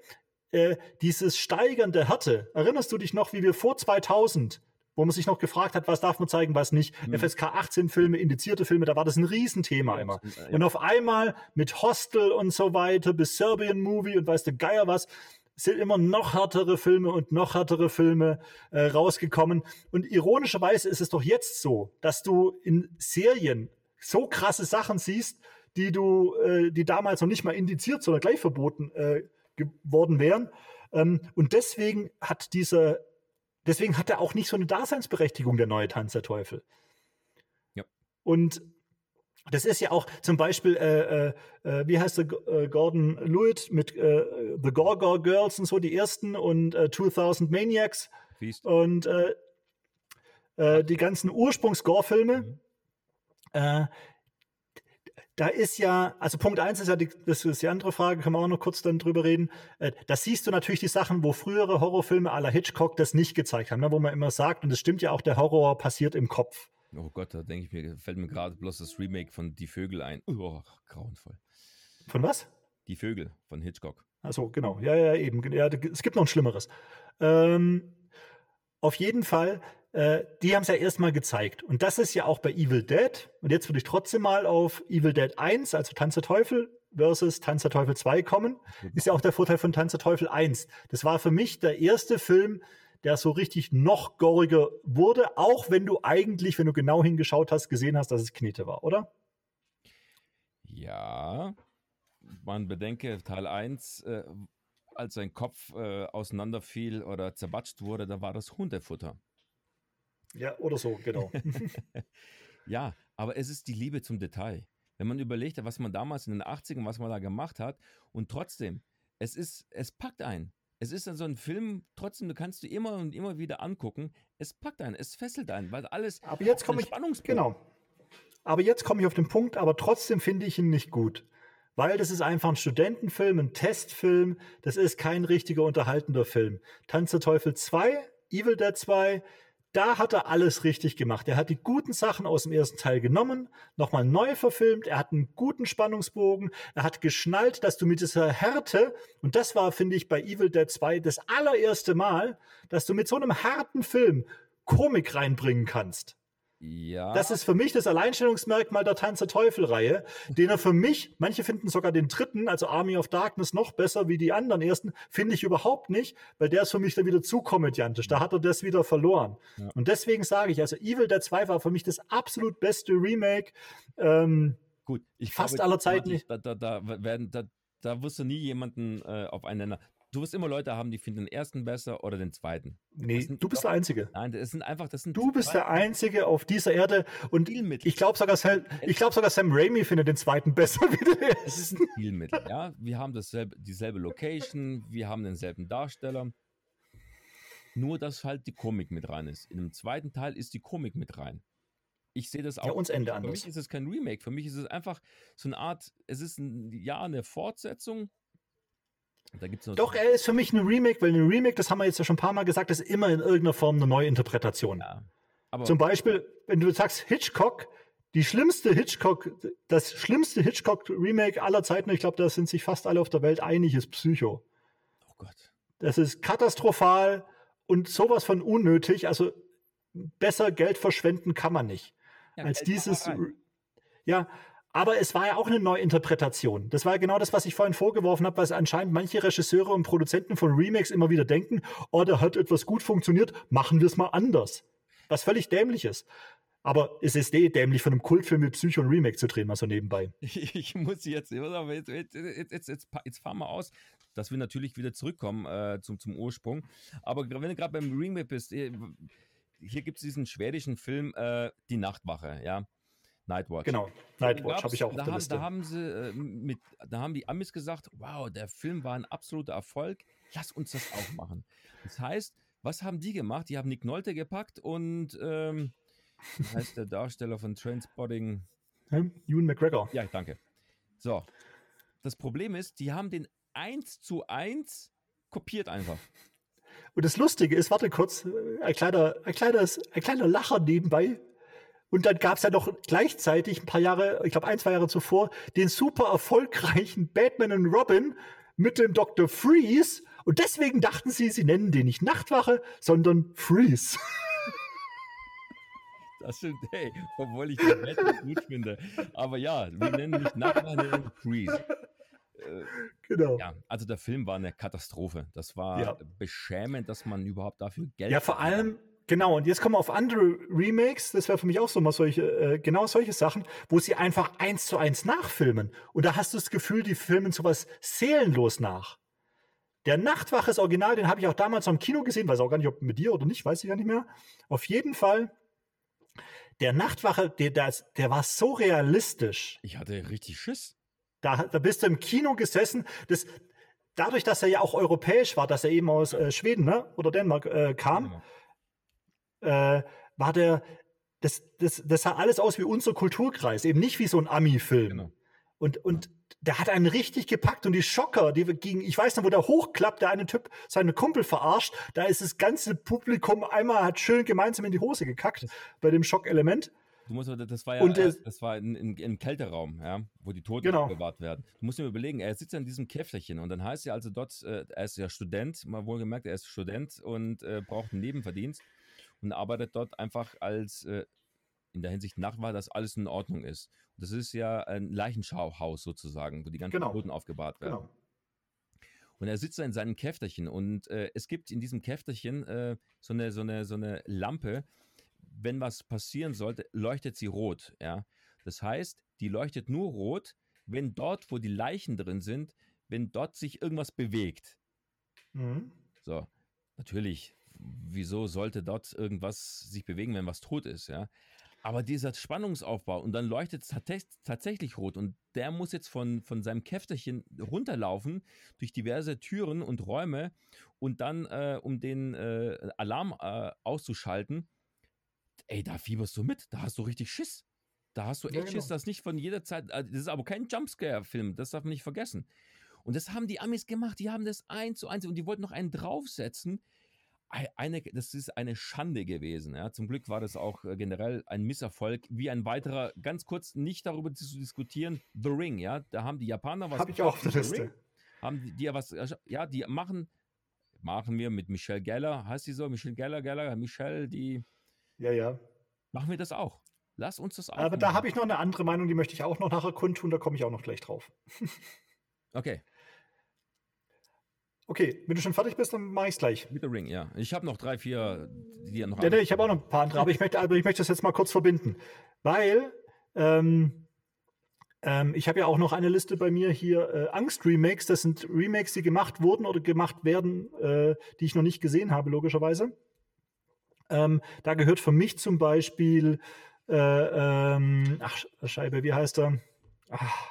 äh, dieses Steigern der Härte. Erinnerst du dich noch, wie wir vor zweitausend, wo man sich noch gefragt hat, was darf man zeigen, was nicht, Mhm. F S K achtzehn Filme, indizierte Filme, da war das ein Riesenthema Ja, immer. ja. Und auf einmal mit Hostel und so weiter, bis Serbian Movie und weißt du, Geier was, sind immer noch härtere Filme und noch härtere Filme äh, rausgekommen. Und ironischerweise ist es doch jetzt so, dass du in Serien so krasse Sachen siehst, die du, äh, die damals noch nicht mal indiziert, sondern gleich verboten äh, geworden wären. Ähm, und deswegen hat dieser, deswegen hat er auch nicht so eine Daseinsberechtigung, der neue Tanz der Teufel. Ja. Und das ist ja auch zum Beispiel, äh, äh, wie heißt der, äh, Gordon Lewitt mit äh, The Gorgor Girls und so, die ersten und äh, zweitausend Maniacs Feast. und äh, äh, die ganzen Ursprungs-Gore-Filme. Mhm. Äh, da ist ja, also Punkt eins ist ja, die, das ist die andere Frage, können wir auch noch kurz dann drüber reden. Äh, da siehst du natürlich die Sachen, wo frühere Horrorfilme à la Hitchcock das nicht gezeigt haben, ne, wo man immer sagt, und es stimmt ja auch, der Horror passiert im Kopf. Oh Gott, da denke ich mir, fällt mir gerade bloß das Remake von Die Vögel ein. Oh, grauenvoll. Von was? Die Vögel von Hitchcock. Achso, genau. Ja, ja, eben. Ja, es gibt noch ein Schlimmeres. Ähm, auf jeden Fall, äh, die haben es ja erstmal gezeigt. Und das ist ja auch bei Evil Dead. Und jetzt würde ich trotzdem mal auf Evil Dead eins, also Tanz der Teufel versus Tanz der Teufel zwei kommen. Ist ja auch der Vorteil von Tanz der Teufel eins. Das war für mich der erste Film, der so richtig noch goriger wurde, auch wenn du eigentlich, wenn du genau hingeschaut hast, gesehen hast, dass es Knete war, oder? Ja, man bedenke, Teil eins, äh, als sein Kopf äh, auseinanderfiel oder zerbatscht wurde, da war das Hundefutter. Ja, oder so, genau. Ja, aber es ist die Liebe zum Detail. Wenn man überlegt, was man damals in den achtzigern, was man da gemacht hat, und trotzdem, es ist, es packt einen. Es ist dann so ein Film, trotzdem, du kannst du immer und immer wieder angucken. Es packt einen, es fesselt einen, weil alles. Aber jetzt komme ich, genau. Aber jetzt komme ich auf den Punkt, aber trotzdem finde ich ihn nicht gut. Weil das ist einfach ein Studentenfilm, ein Testfilm. Das ist kein richtiger, unterhaltender Film. Tanz der Teufel zwei, Evil Dead zwei, da hat er alles richtig gemacht. Er hat die guten Sachen aus dem ersten Teil genommen, nochmal neu verfilmt. Er hat einen guten Spannungsbogen. Er hat geschnallt, dass du mit dieser Härte, und das war, finde ich, bei Evil Dead zwei das allererste Mal, dass du mit so einem harten Film Komik reinbringen kannst. Ja. Das ist für mich das Alleinstellungsmerkmal der Tanz der Teufel-Reihe, den er für mich, manche finden sogar den dritten, also Army of Darkness, noch besser wie die anderen ersten, finde ich überhaupt nicht, weil der ist für mich dann wieder zu komödiantisch. Da hat er das wieder verloren. Ja. Und deswegen sage ich, also Evil Dead zwei war für mich das absolut beste Remake. Ähm, Gut, ich fast glaube, aller Zeit nicht. Da, da, da, werden, da, da wirst du nie jemanden äh, auf einen Nenner. Du wirst immer Leute haben, die finden den ersten besser oder den zweiten. Nee, sind, du bist der Einzige. Nein, das sind einfach, das sind Du bist der Einzige auf dieser Erde und ich glaube sogar, Sam, ich glaub sogar Sam Raimi findet den zweiten besser wie den ersten. Es ist ein Stilmittel, ja. Wir haben dasselbe, dieselbe Location, wir haben denselben Darsteller. Nur, dass halt die Komik mit rein ist. In dem zweiten Teil ist die Komik mit rein. Ich sehe das auch. Ja, uns Ende für anders. mich ist es kein Remake. Für mich ist es einfach so eine Art, es ist ein, ja eine Fortsetzung. Da gibt's noch Doch, er ist für mich ein Remake, weil ein Remake, das haben wir jetzt ja schon ein paar Mal gesagt, ist immer in irgendeiner Form eine Neuinterpretation. Ja, aber zum Beispiel, wenn du sagst Hitchcock, die schlimmste Hitchcock, das schlimmste Hitchcock-Remake aller Zeiten, ich glaube, da sind sich fast alle auf der Welt einig, ist Psycho. Oh Gott. Das ist katastrophal und sowas von unnötig. Also besser Geld verschwenden kann man nicht. Ja, als dieses. Ja, aber es war ja auch eine Neuinterpretation. Das war ja genau das, was ich vorhin vorgeworfen habe, was anscheinend manche Regisseure und Produzenten von Remakes immer wieder denken, oh, da hat etwas gut funktioniert, machen wir es mal anders. Was völlig dämlich ist. Aber es ist eh dämlich, von einem Kultfilm mit Psycho und Remake zu drehen, mal so nebenbei. Ich muss jetzt, jetzt, jetzt, jetzt, jetzt, jetzt fahren wir aus, dass wir natürlich wieder zurückkommen äh, zum, zum Ursprung. Aber wenn du gerade beim Remake bist, hier gibt es diesen schwedischen Film äh, Die Nachtwache, ja. Nightwatch. Genau, Nightwatch habe ich auch auf da der haben, Liste. Da haben, sie, äh, mit, da haben die Amis gesagt, wow, der Film war ein absoluter Erfolg, lass uns das auch machen. Das heißt, was haben die gemacht? Die haben Nick Nolte gepackt und ähm, wie heißt der Darsteller von Trainspotting? Hm? Ewan McGregor. Ja, danke. So, das Problem ist, die haben den eins zu eins kopiert einfach. Und das Lustige ist, warte kurz, ein kleiner, ein kleines, ein kleiner Lacher nebenbei. Und dann gab es ja noch gleichzeitig ein paar Jahre, ich glaube ein, zwei Jahre zuvor, den super erfolgreichen Batman und Robin mit dem Doktor Freeze. Und deswegen dachten sie, sie nennen den nicht Nachtwache, sondern Freeze. Das stimmt, hey, obwohl ich den Welt gut finde. Aber ja, wir nennen nicht Nachtwache, wir nennen Freeze. Äh, Genau. ja, also der Film war eine Katastrophe. Das war Ja. beschämend, dass man überhaupt dafür Geld Ja, vor ausgegeben allem, genau, und jetzt kommen wir auf andere Remakes, das wäre für mich auch so mal solche, äh, genau solche Sachen, wo sie einfach eins zu eins nachfilmen. Und da hast du das Gefühl, die filmen sowas seelenlos nach. Der Nachtwache ist Original, den habe ich auch damals noch im Kino gesehen, weiß auch gar nicht, ob mit dir oder nicht, weiß ich gar nicht mehr. Auf jeden Fall, der Nachtwache, der, der, der war so realistisch. Ich hatte richtig Schiss. Da, da bist du im Kino gesessen. Das, dadurch, dass er ja auch europäisch war, dass er eben aus äh, Schweden, ne, oder Dänemark äh, kam, Genau. äh, war der, das, das, das sah alles aus wie unser Kulturkreis, eben nicht wie so ein Ami-Film. Genau. Und, und der hat einen richtig gepackt und die Schocker, die gingen, ich weiß noch, wo der hochklappt, der eine Typ seinen Kumpel verarscht, da ist das ganze Publikum einmal hat schön gemeinsam in die Hose gekackt bei dem Schockelement. Du musst, das war ja, Und, äh, das war in, in, im Kälteraum, ja, wo die Toten Genau. bewahrt werden. Du musst dir überlegen, er sitzt in diesem Käfterchen und dann heißt ja also dort, äh, er ist ja Student, mal wohlgemerkt, er ist Student und äh, braucht einen Nebenverdienst und arbeitet dort einfach als, äh, in der Hinsicht Nachtwache, dass alles in Ordnung ist. Und das ist ja ein Leichenschauhaus sozusagen, wo die ganzen Genau. Toten aufgebahrt werden. Genau. Und er sitzt da in seinem Käfterchen und äh, es gibt in diesem Käfterchen äh, so, eine, so, eine, so eine Lampe, wenn was passieren sollte, leuchtet sie rot. Ja? Das heißt, die leuchtet nur rot, wenn dort, wo die Leichen drin sind, wenn dort sich irgendwas bewegt. Mhm. So, natürlich, wieso sollte dort irgendwas sich bewegen, wenn was tot ist, ja? Aber dieser Spannungsaufbau und dann leuchtet es tats- tatsächlich rot und der muss jetzt von, von seinem Käfterchen runterlaufen durch diverse Türen und Räume und dann, äh, um den äh, Alarm äh, auszuschalten, ey, da fieberst du mit, da hast du richtig Schiss. Da hast du echt Ja, genau. Schiss, dass nicht von jeder Zeit, äh, das ist aber kein Jumpscare-Film, das darf man nicht vergessen. Und das haben die Amis gemacht, die haben das eins zu eins und die wollten noch einen draufsetzen. Ei- Eine, das ist eine Schande gewesen. Ja. Zum Glück war das auch äh, generell ein Misserfolg. Wie ein weiterer, ganz kurz nicht darüber zu diskutieren, The Ring, ja. Da haben die Japaner was Habe ich auch auf der gemacht, The Liste. Ring. Haben die, die ja was, ja, die machen, machen wir mit Michelle Geller, heißt die so, Michelle Geller, Geller, Michelle, die, Ja, ja. machen wir das auch. Lass uns das auch Aber da machen. habe ich noch eine andere Meinung, die möchte ich auch noch nachher kundtun, da komme ich auch noch gleich drauf. Okay, Okay, wenn du schon fertig bist, dann mache ich es gleich. mit The Ring, ja. Ich habe noch drei, vier, die ja noch Ja, nee, ich habe auch noch ein paar andere, aber ich möchte, aber ich möchte das jetzt mal kurz verbinden. Weil ähm, ähm, ich habe ja auch noch eine Liste bei mir hier, äh, Angst-Remakes. Das sind Remakes, die gemacht wurden oder gemacht werden, äh, die ich noch nicht gesehen habe, logischerweise. Ähm, da gehört für mich zum Beispiel, äh, ähm, ach, Scheibe, wie heißt er? Ach,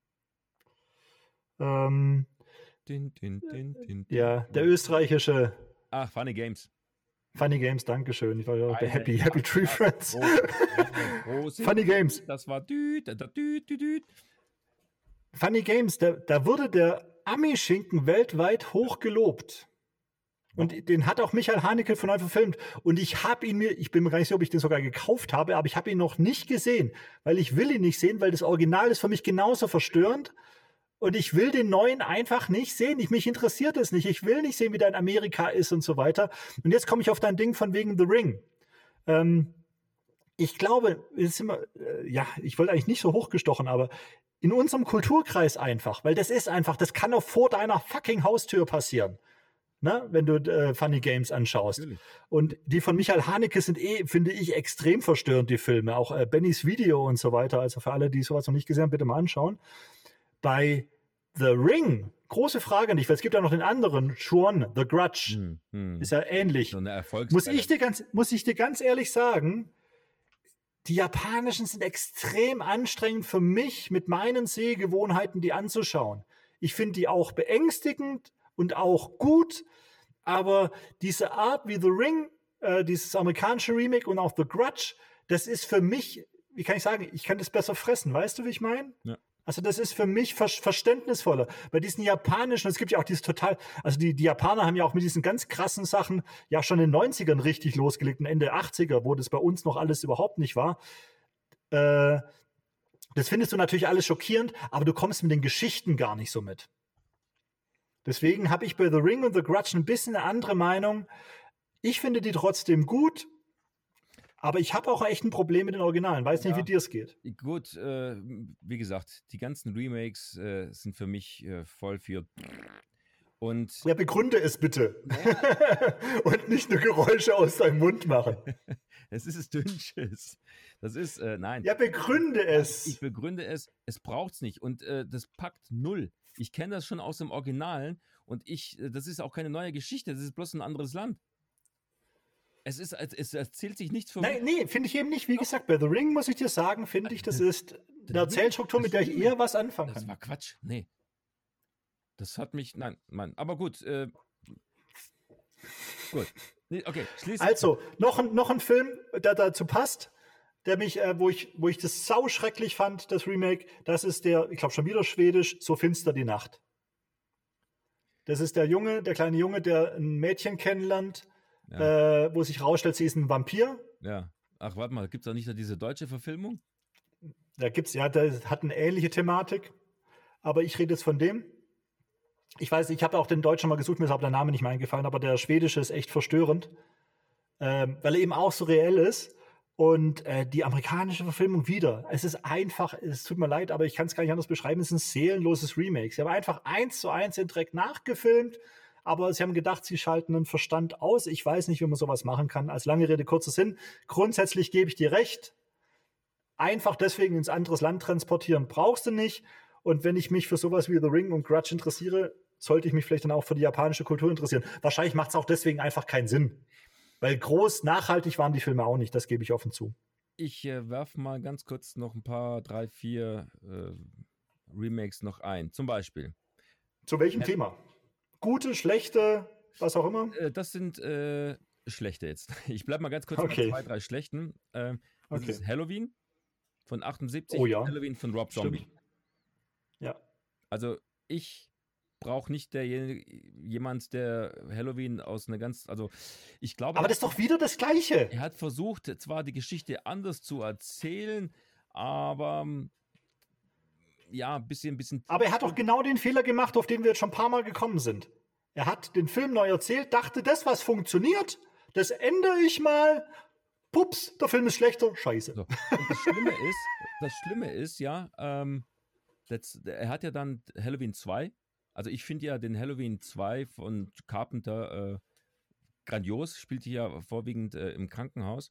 ähm, Din, din, din, din, din. ja, der österreichische Ach, Funny Games. Funny Games, Dankeschön. Ich war ja bei Eine- Happy, Happy Tree Friends. Große, große, Funny Games. Das war düt, da, düt, düt, düt. Funny Games, da, da wurde der Ami-Schinken weltweit hoch gelobt. Und den hat auch Michael Haneke von neu verfilmt. Und ich habe ihn mir, ich bin mir gar nicht sicher, ob ich den sogar gekauft habe, aber ich habe ihn noch nicht gesehen, weil ich will ihn nicht sehen, weil das Original ist für mich genauso verstörend. Und ich will den neuen einfach nicht sehen. Ich, mich interessiert es nicht. Ich will nicht sehen, wie der in Amerika ist und so weiter. Und jetzt komme ich auf dein Ding von wegen The Ring. Ähm, ich glaube, es ist immer, äh, ja, ich wollte eigentlich nicht so hochgestochen, aber in unserem Kulturkreis einfach, weil das ist einfach, das kann auch vor deiner fucking Haustür passieren. Ne? Wenn du äh, Funny Games anschaust. Natürlich. Und die von Michael Haneke sind eh, finde ich, extrem verstörend, die Filme. Auch äh, Bennys Video und so weiter. Also für alle, die sowas noch nicht gesehen haben, bitte mal anschauen. Bei The Ring, große Frage nicht, weil es gibt ja noch den anderen, Chuan, The Grudge. Hm, hm. Ist ja ähnlich. So eine Erfolgs Muss ich, dir ganz, muss ich dir ganz ehrlich sagen, die japanischen sind extrem anstrengend für mich, mit meinen Sehgewohnheiten die anzuschauen. Ich finde die auch beängstigend und auch gut, aber diese Art wie The Ring, äh, dieses amerikanische Remake und auch The Grudge, das ist für mich, wie kann ich sagen, ich kann das besser fressen, weißt du, wie ich meine? Ja. Also das ist für mich ver verständnisvoller. Bei diesen japanischen, es gibt ja auch dieses total, also die, die Japaner haben ja auch mit diesen ganz krassen Sachen ja schon in den neunzigern richtig losgelegt und Ende achtziger, wo das bei uns noch alles überhaupt nicht war. Äh, das findest du natürlich alles schockierend, aber du kommst mit den Geschichten gar nicht so mit. Deswegen habe ich bei The Ring und The Grudge ein bisschen eine andere Meinung. Ich finde die trotzdem gut, aber ich habe auch echt ein Problem mit den Originalen. Weiß nicht, Ja. wie dir es geht. Gut, äh, wie gesagt, die ganzen Remakes äh, sind für mich äh, voll für. Und Ja, begründe es bitte. Naja. Und nicht nur Geräusche aus deinem Mund machen. es ist Dünnschiss. Das ist, äh, nein. Ja, begründe es. Ich begründe es, es braucht es nicht. Und äh, das packt null. Ich kenne das schon aus dem Originalen und ich, äh, das ist auch keine neue Geschichte, das ist bloß ein anderes Land. Es ist, es es erzählt sich nichts von. Nein, nee, finde ich eben nicht. Wie gesagt, bei The Ring muss ich dir sagen, finde ich, das ist eine Erzählstruktur, mit der ich eher was anfangen Das kann. war Quatsch. Nee. Das hat mich, nein, nein. Aber gut, äh, gut. Nee, okay, schließlich. Also, noch ein, noch ein Film, der dazu passt, der mich, äh, wo ich, wo ich das sauschrecklich fand, das Remake, das ist der, ich glaube schon wieder schwedisch, So finster die Nacht. Das ist der Junge, der kleine Junge, der ein Mädchen kennenlernt, Ja. äh, wo sich rausstellt, sie ist ein Vampir. Ja. Ach, warte mal, gibt es da nicht diese deutsche Verfilmung? Da gibt's, ja, der hat eine ähnliche Thematik. Aber ich rede jetzt von dem. Ich weiß, ich habe auch den Deutschen mal gesucht, mir ist aber der Name nicht mehr eingefallen, aber der Schwedische ist echt verstörend, ähm, weil er eben auch so reell ist. Und äh, die amerikanische Verfilmung wieder. Es ist einfach, es tut mir leid, aber ich kann es gar nicht anders beschreiben, es ist ein seelenloses Remake. Sie haben einfach eins zu eins den Dreck nachgefilmt, aber sie haben gedacht, sie schalten den Verstand aus. Ich weiß nicht, wie man sowas machen kann. Als lange Rede, kurzer Sinn. Grundsätzlich gebe ich dir recht. Einfach deswegen ins anderes Land transportieren brauchst du nicht. Und wenn ich mich für sowas wie The Ring und Grudge interessiere, sollte ich mich vielleicht dann auch für die japanische Kultur interessieren. Wahrscheinlich macht es auch deswegen einfach keinen Sinn. Weil groß, nachhaltig waren die Filme auch nicht, das gebe ich offen zu. Ich äh, werfe mal ganz kurz noch ein paar, drei, vier äh, Remakes noch ein. Zum Beispiel. Zu welchem Ja. Thema? Gute, schlechte, was auch immer? Äh, das sind äh, schlechte jetzt. Ich bleibe mal ganz kurz Okay. bei zwei, drei schlechten. Ähm, das Okay. ist Halloween von achtundsiebzig. Oh ja. Halloween von Rob Zombie. Stimmt. Ja. Also ich brauche nicht der, jemand, der Halloween aus einer ganz, also ich glaube, Aber das ist doch wieder das Gleiche. er hat versucht, zwar die Geschichte anders zu erzählen, aber ähm, ja, ein bisschen, ein bisschen. Aber er hat doch genau den Fehler gemacht, auf den wir jetzt schon ein paar Mal gekommen sind. Er hat den Film neu erzählt, dachte, das, was funktioniert, das ändere ich mal. Pups, der Film ist schlechter. Scheiße. So. Und das Schlimme ist, das Schlimme ist ja, ähm, das, er hat ja dann Halloween zwei. Also ich finde ja den Halloween zwei von Carpenter äh, grandios, spielte ja vorwiegend äh, im Krankenhaus.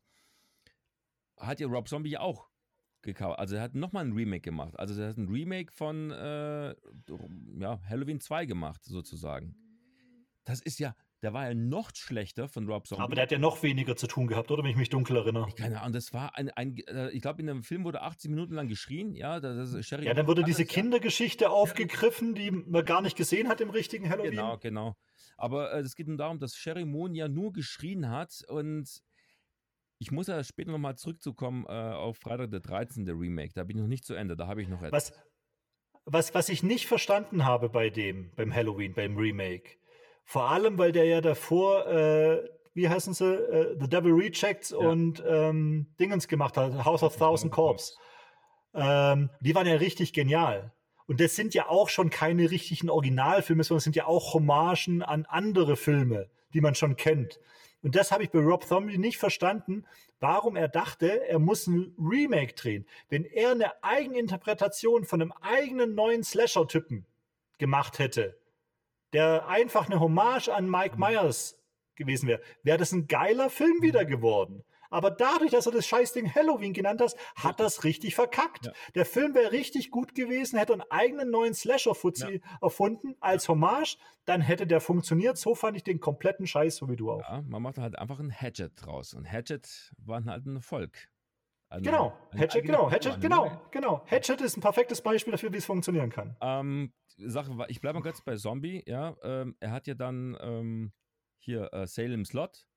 Hat ja Rob Zombie auch gekauft. Also er hat nochmal ein Remake gemacht. Also er hat ein Remake von äh, ja, Halloween zwei gemacht, sozusagen. Das ist ja, der war ja noch schlechter von Rob Zombie. Aber der hat ja noch weniger zu tun gehabt, oder? Wenn ich mich dunkel erinnere. Keine Ahnung, das war ein, ein äh, ich glaube, in dem Film wurde achtzig Minuten lang geschrien, ja, das ist Sherry. Ja, dann wurde diese alles, ja. Kindergeschichte aufgegriffen, die man gar nicht gesehen hat im richtigen Halloween. Genau, genau. Aber äh, es geht nur darum, dass Sherry Moon ja nur geschrien hat und ich muss ja später nochmal zurückzukommen äh, auf Freitag der dreizehnte Remake. Da bin ich noch nicht zu Ende, da habe ich noch etwas. Was, was, was ich nicht verstanden habe bei dem, beim Halloween, beim Remake, vor allem, weil der ja davor, äh, wie heißen sie, äh, The Devil Rejects Ja. und ähm, Dingens gemacht hat, House of Thousand Corps. Ähm, die waren ja richtig genial. Und das sind ja auch schon keine richtigen Originalfilme, sondern es sind ja auch Hommagen an andere Filme, die man schon kennt. Und das habe ich bei Rob Zombie nicht verstanden, warum er dachte, er muss ein Remake drehen. Wenn er eine Eigeninterpretation von einem eigenen neuen Slasher-Typen gemacht hätte, der einfach eine Hommage an Mike Myers gewesen wäre, wäre das ein geiler Film wieder geworden. Aber dadurch, dass er das Scheißding Halloween genannt hat, hat das richtig verkackt. Ja. Der Film wäre richtig gut gewesen, hätte einen eigenen neuen Slasher-Fuzzi erfunden als Hommage, dann hätte der funktioniert. So fand ich den kompletten Scheiß, so wie du auch. Ja, man macht halt einfach ein Hatchet draus und Hatchet war halt ein Erfolg. Eine, Genau, eine Hatchet, eigene genau, Firma, Hatchet, eine genau, neue. genau. Hatchet ist ein perfektes Beispiel dafür, wie es funktionieren kann. Ähm, Sache war, ich bleibe mal kurz bei Zombie, ja. Ähm, er hat ja dann ähm, hier äh, Salem's Lot.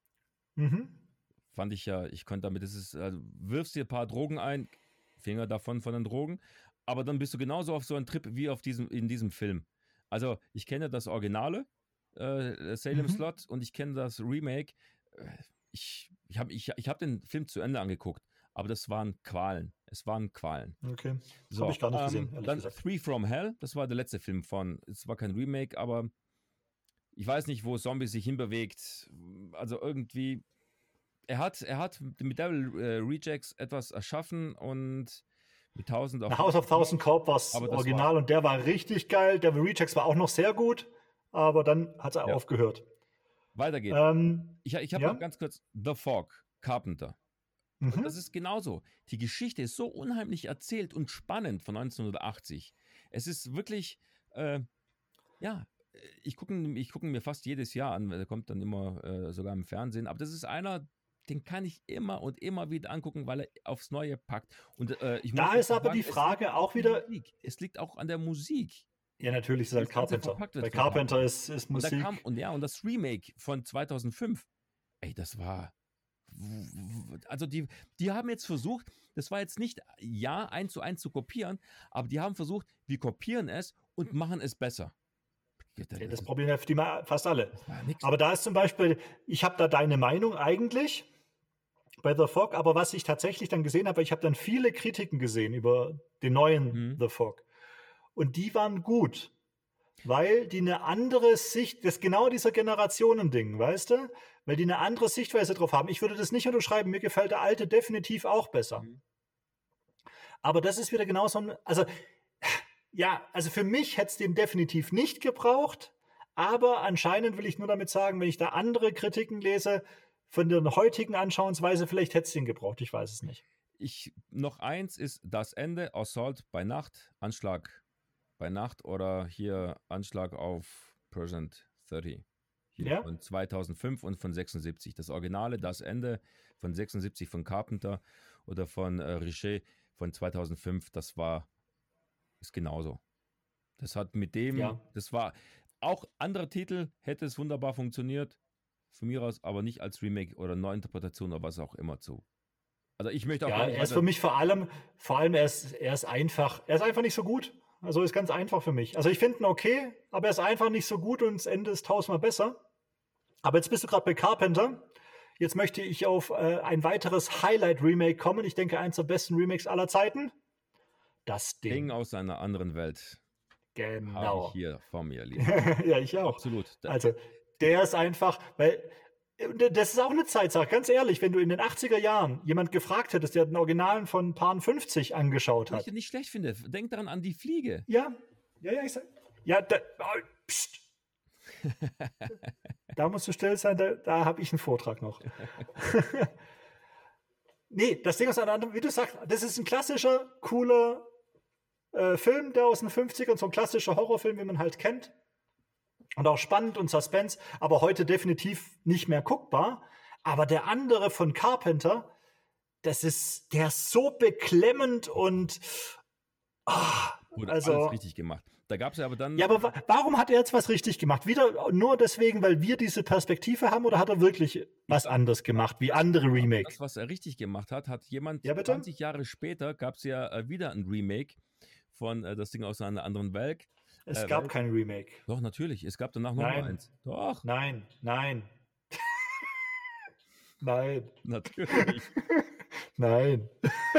Mhm. Fand ich ja, ich konnte damit, das ist, also wirfst dir ein paar Drogen ein, Finger davon von den Drogen, aber dann bist du genauso auf so einem Trip wie auf diesem, in diesem Film. Also ich kenne das Originale, äh, Salem's Mhm. Lot, und ich kenne das Remake. Äh, Ich, ich habe ich, ich hab den Film zu Ende angeguckt, aber das waren Qualen. Es waren Qualen. Okay. So, Habe ich gar nicht ähm, gesehen, ehrlich dann gesagt. Three from Hell, das war der letzte Film von, es war kein Remake, aber ich weiß nicht, wo Zombie sich hinbewegt. Also irgendwie, er hat, er hat mit Devil äh, Rejects etwas erschaffen und mit tausend auf Na, House of Thousand Corp war das Aber das Original und der war richtig geil. Devil Rejects war auch noch sehr gut, aber dann hat er Ja. aufgehört. Weiter geht's. Ähm, Ich, ich habe ja? noch ganz kurz The Fog, Carpenter. mhm. Das ist genauso. Die Geschichte ist so unheimlich erzählt und spannend von neunzehnhundertachtzig. Es ist wirklich, äh, ja, ich gucke ich guck ihn mir fast jedes Jahr an, weil der kommt dann immer äh, sogar im Fernsehen. Aber das ist einer, den kann ich immer und immer wieder angucken, weil er aufs Neue packt. Und äh, ich Da muss ist aber sagen, die es liegt Frage auch an der wieder, Musik. Es liegt auch an der Musik. ja, natürlich ist es halt Das Ganze Carpenter. verpackt wird Bei von Carpenter. Carpenter ist, ist Und da Musik. kam, und ja, und das Remake von zweitausendfünf, ey, das war, also die, die haben jetzt versucht, das war jetzt nicht, ja, eins zu eins zu kopieren, aber die haben versucht, wir kopieren es und machen es besser. Ja, das Problem hat die ma- fast alle. Das war nix. Aber da ist zum Beispiel, ich habe da deine Meinung eigentlich bei The Fog, aber was ich tatsächlich dann gesehen habe, ich habe dann viele Kritiken gesehen über den neuen Mhm. The Fog. Und die waren gut, weil die eine andere Sicht, das ist genau dieser Generationending, weißt du? Weil die eine andere Sichtweise drauf haben. Ich würde das nicht unterschreiben, mir gefällt der alte definitiv auch besser. Mhm. Aber das ist wieder genau so ein, also ja, also für mich hätte es den definitiv nicht gebraucht, aber anscheinend will ich nur damit sagen, wenn ich da andere Kritiken lese, von der heutigen Anschauungsweise, vielleicht hätte es den gebraucht, ich weiß es nicht. Ich, noch eins ist das Ende, Assault bei Nacht, Anschlag bei Nacht oder hier Anschlag auf Percent dreißig. Hier Ja. von zweitausendfünf und von sechsundsiebzig. Das Originale, das Ende von sechsundsiebzig von Carpenter oder von äh, Richer von zweitausendfünf, das war, ist genauso. Das hat mit dem, Ja. das war, auch anderer Titel hätte es wunderbar funktioniert, von mir aus, aber nicht als Remake oder Neuinterpretation oder was auch immer zu. Also ich möchte auch Ja, gar nicht er ist weiter- für mich vor allem, vor allem er ist, er ist einfach, er ist einfach nicht so gut. Also ist ganz einfach für mich. Also ich finde ihn okay, aber er ist einfach nicht so gut und das Ende ist tausendmal besser. Aber jetzt bist du gerade bei Carpenter. Jetzt möchte ich auf äh, ein weiteres Highlight-Remake kommen. Ich denke, eins der besten Remakes aller Zeiten. Das Ding. Ding aus einer anderen Welt habe Genau. ich hier vor mir liegen. Ja, ich auch. Absolut. Da- Also, der ist einfach, weil äh, das ist auch eine Zeitsache, ganz ehrlich, wenn du in den achtziger Jahren jemand gefragt hättest, der den Originalen von Paar fünfzig angeschaut Was hat. ich nicht schlecht finde, denk daran an die Fliege. Ja, ja, ja, ich sag. Ja, da, oh, pst. Da musst du still sein, da, da habe ich einen Vortrag noch. Nee, das Ding ist ein anderer, wie du sagst, das ist ein klassischer, cooler äh, Film, der aus den fünfzigern, so ein klassischer Horrorfilm, wie man halt kennt. Und auch spannend und Suspense, aber heute definitiv nicht mehr guckbar. Aber der andere von Carpenter, das ist, der ist so beklemmend und ah, Wurde also, alles richtig gemacht. Da gab es ja aber dann. ja, aber wa warum hat er jetzt was richtig gemacht? Wieder nur deswegen, weil wir diese Perspektive haben, oder hat er wirklich was anders gemacht, wie andere Remake? Das, was er richtig gemacht hat, hat jemand Ja, bitte? zwanzig Jahre später, gab es ja äh, wieder ein Remake von äh, das Ding aus einer anderen Welt. Es äh, gab Welt. kein Remake. Doch, natürlich. Es gab danach noch mal Nein. eins. Doch, Nein, nein. Nein, natürlich. nein.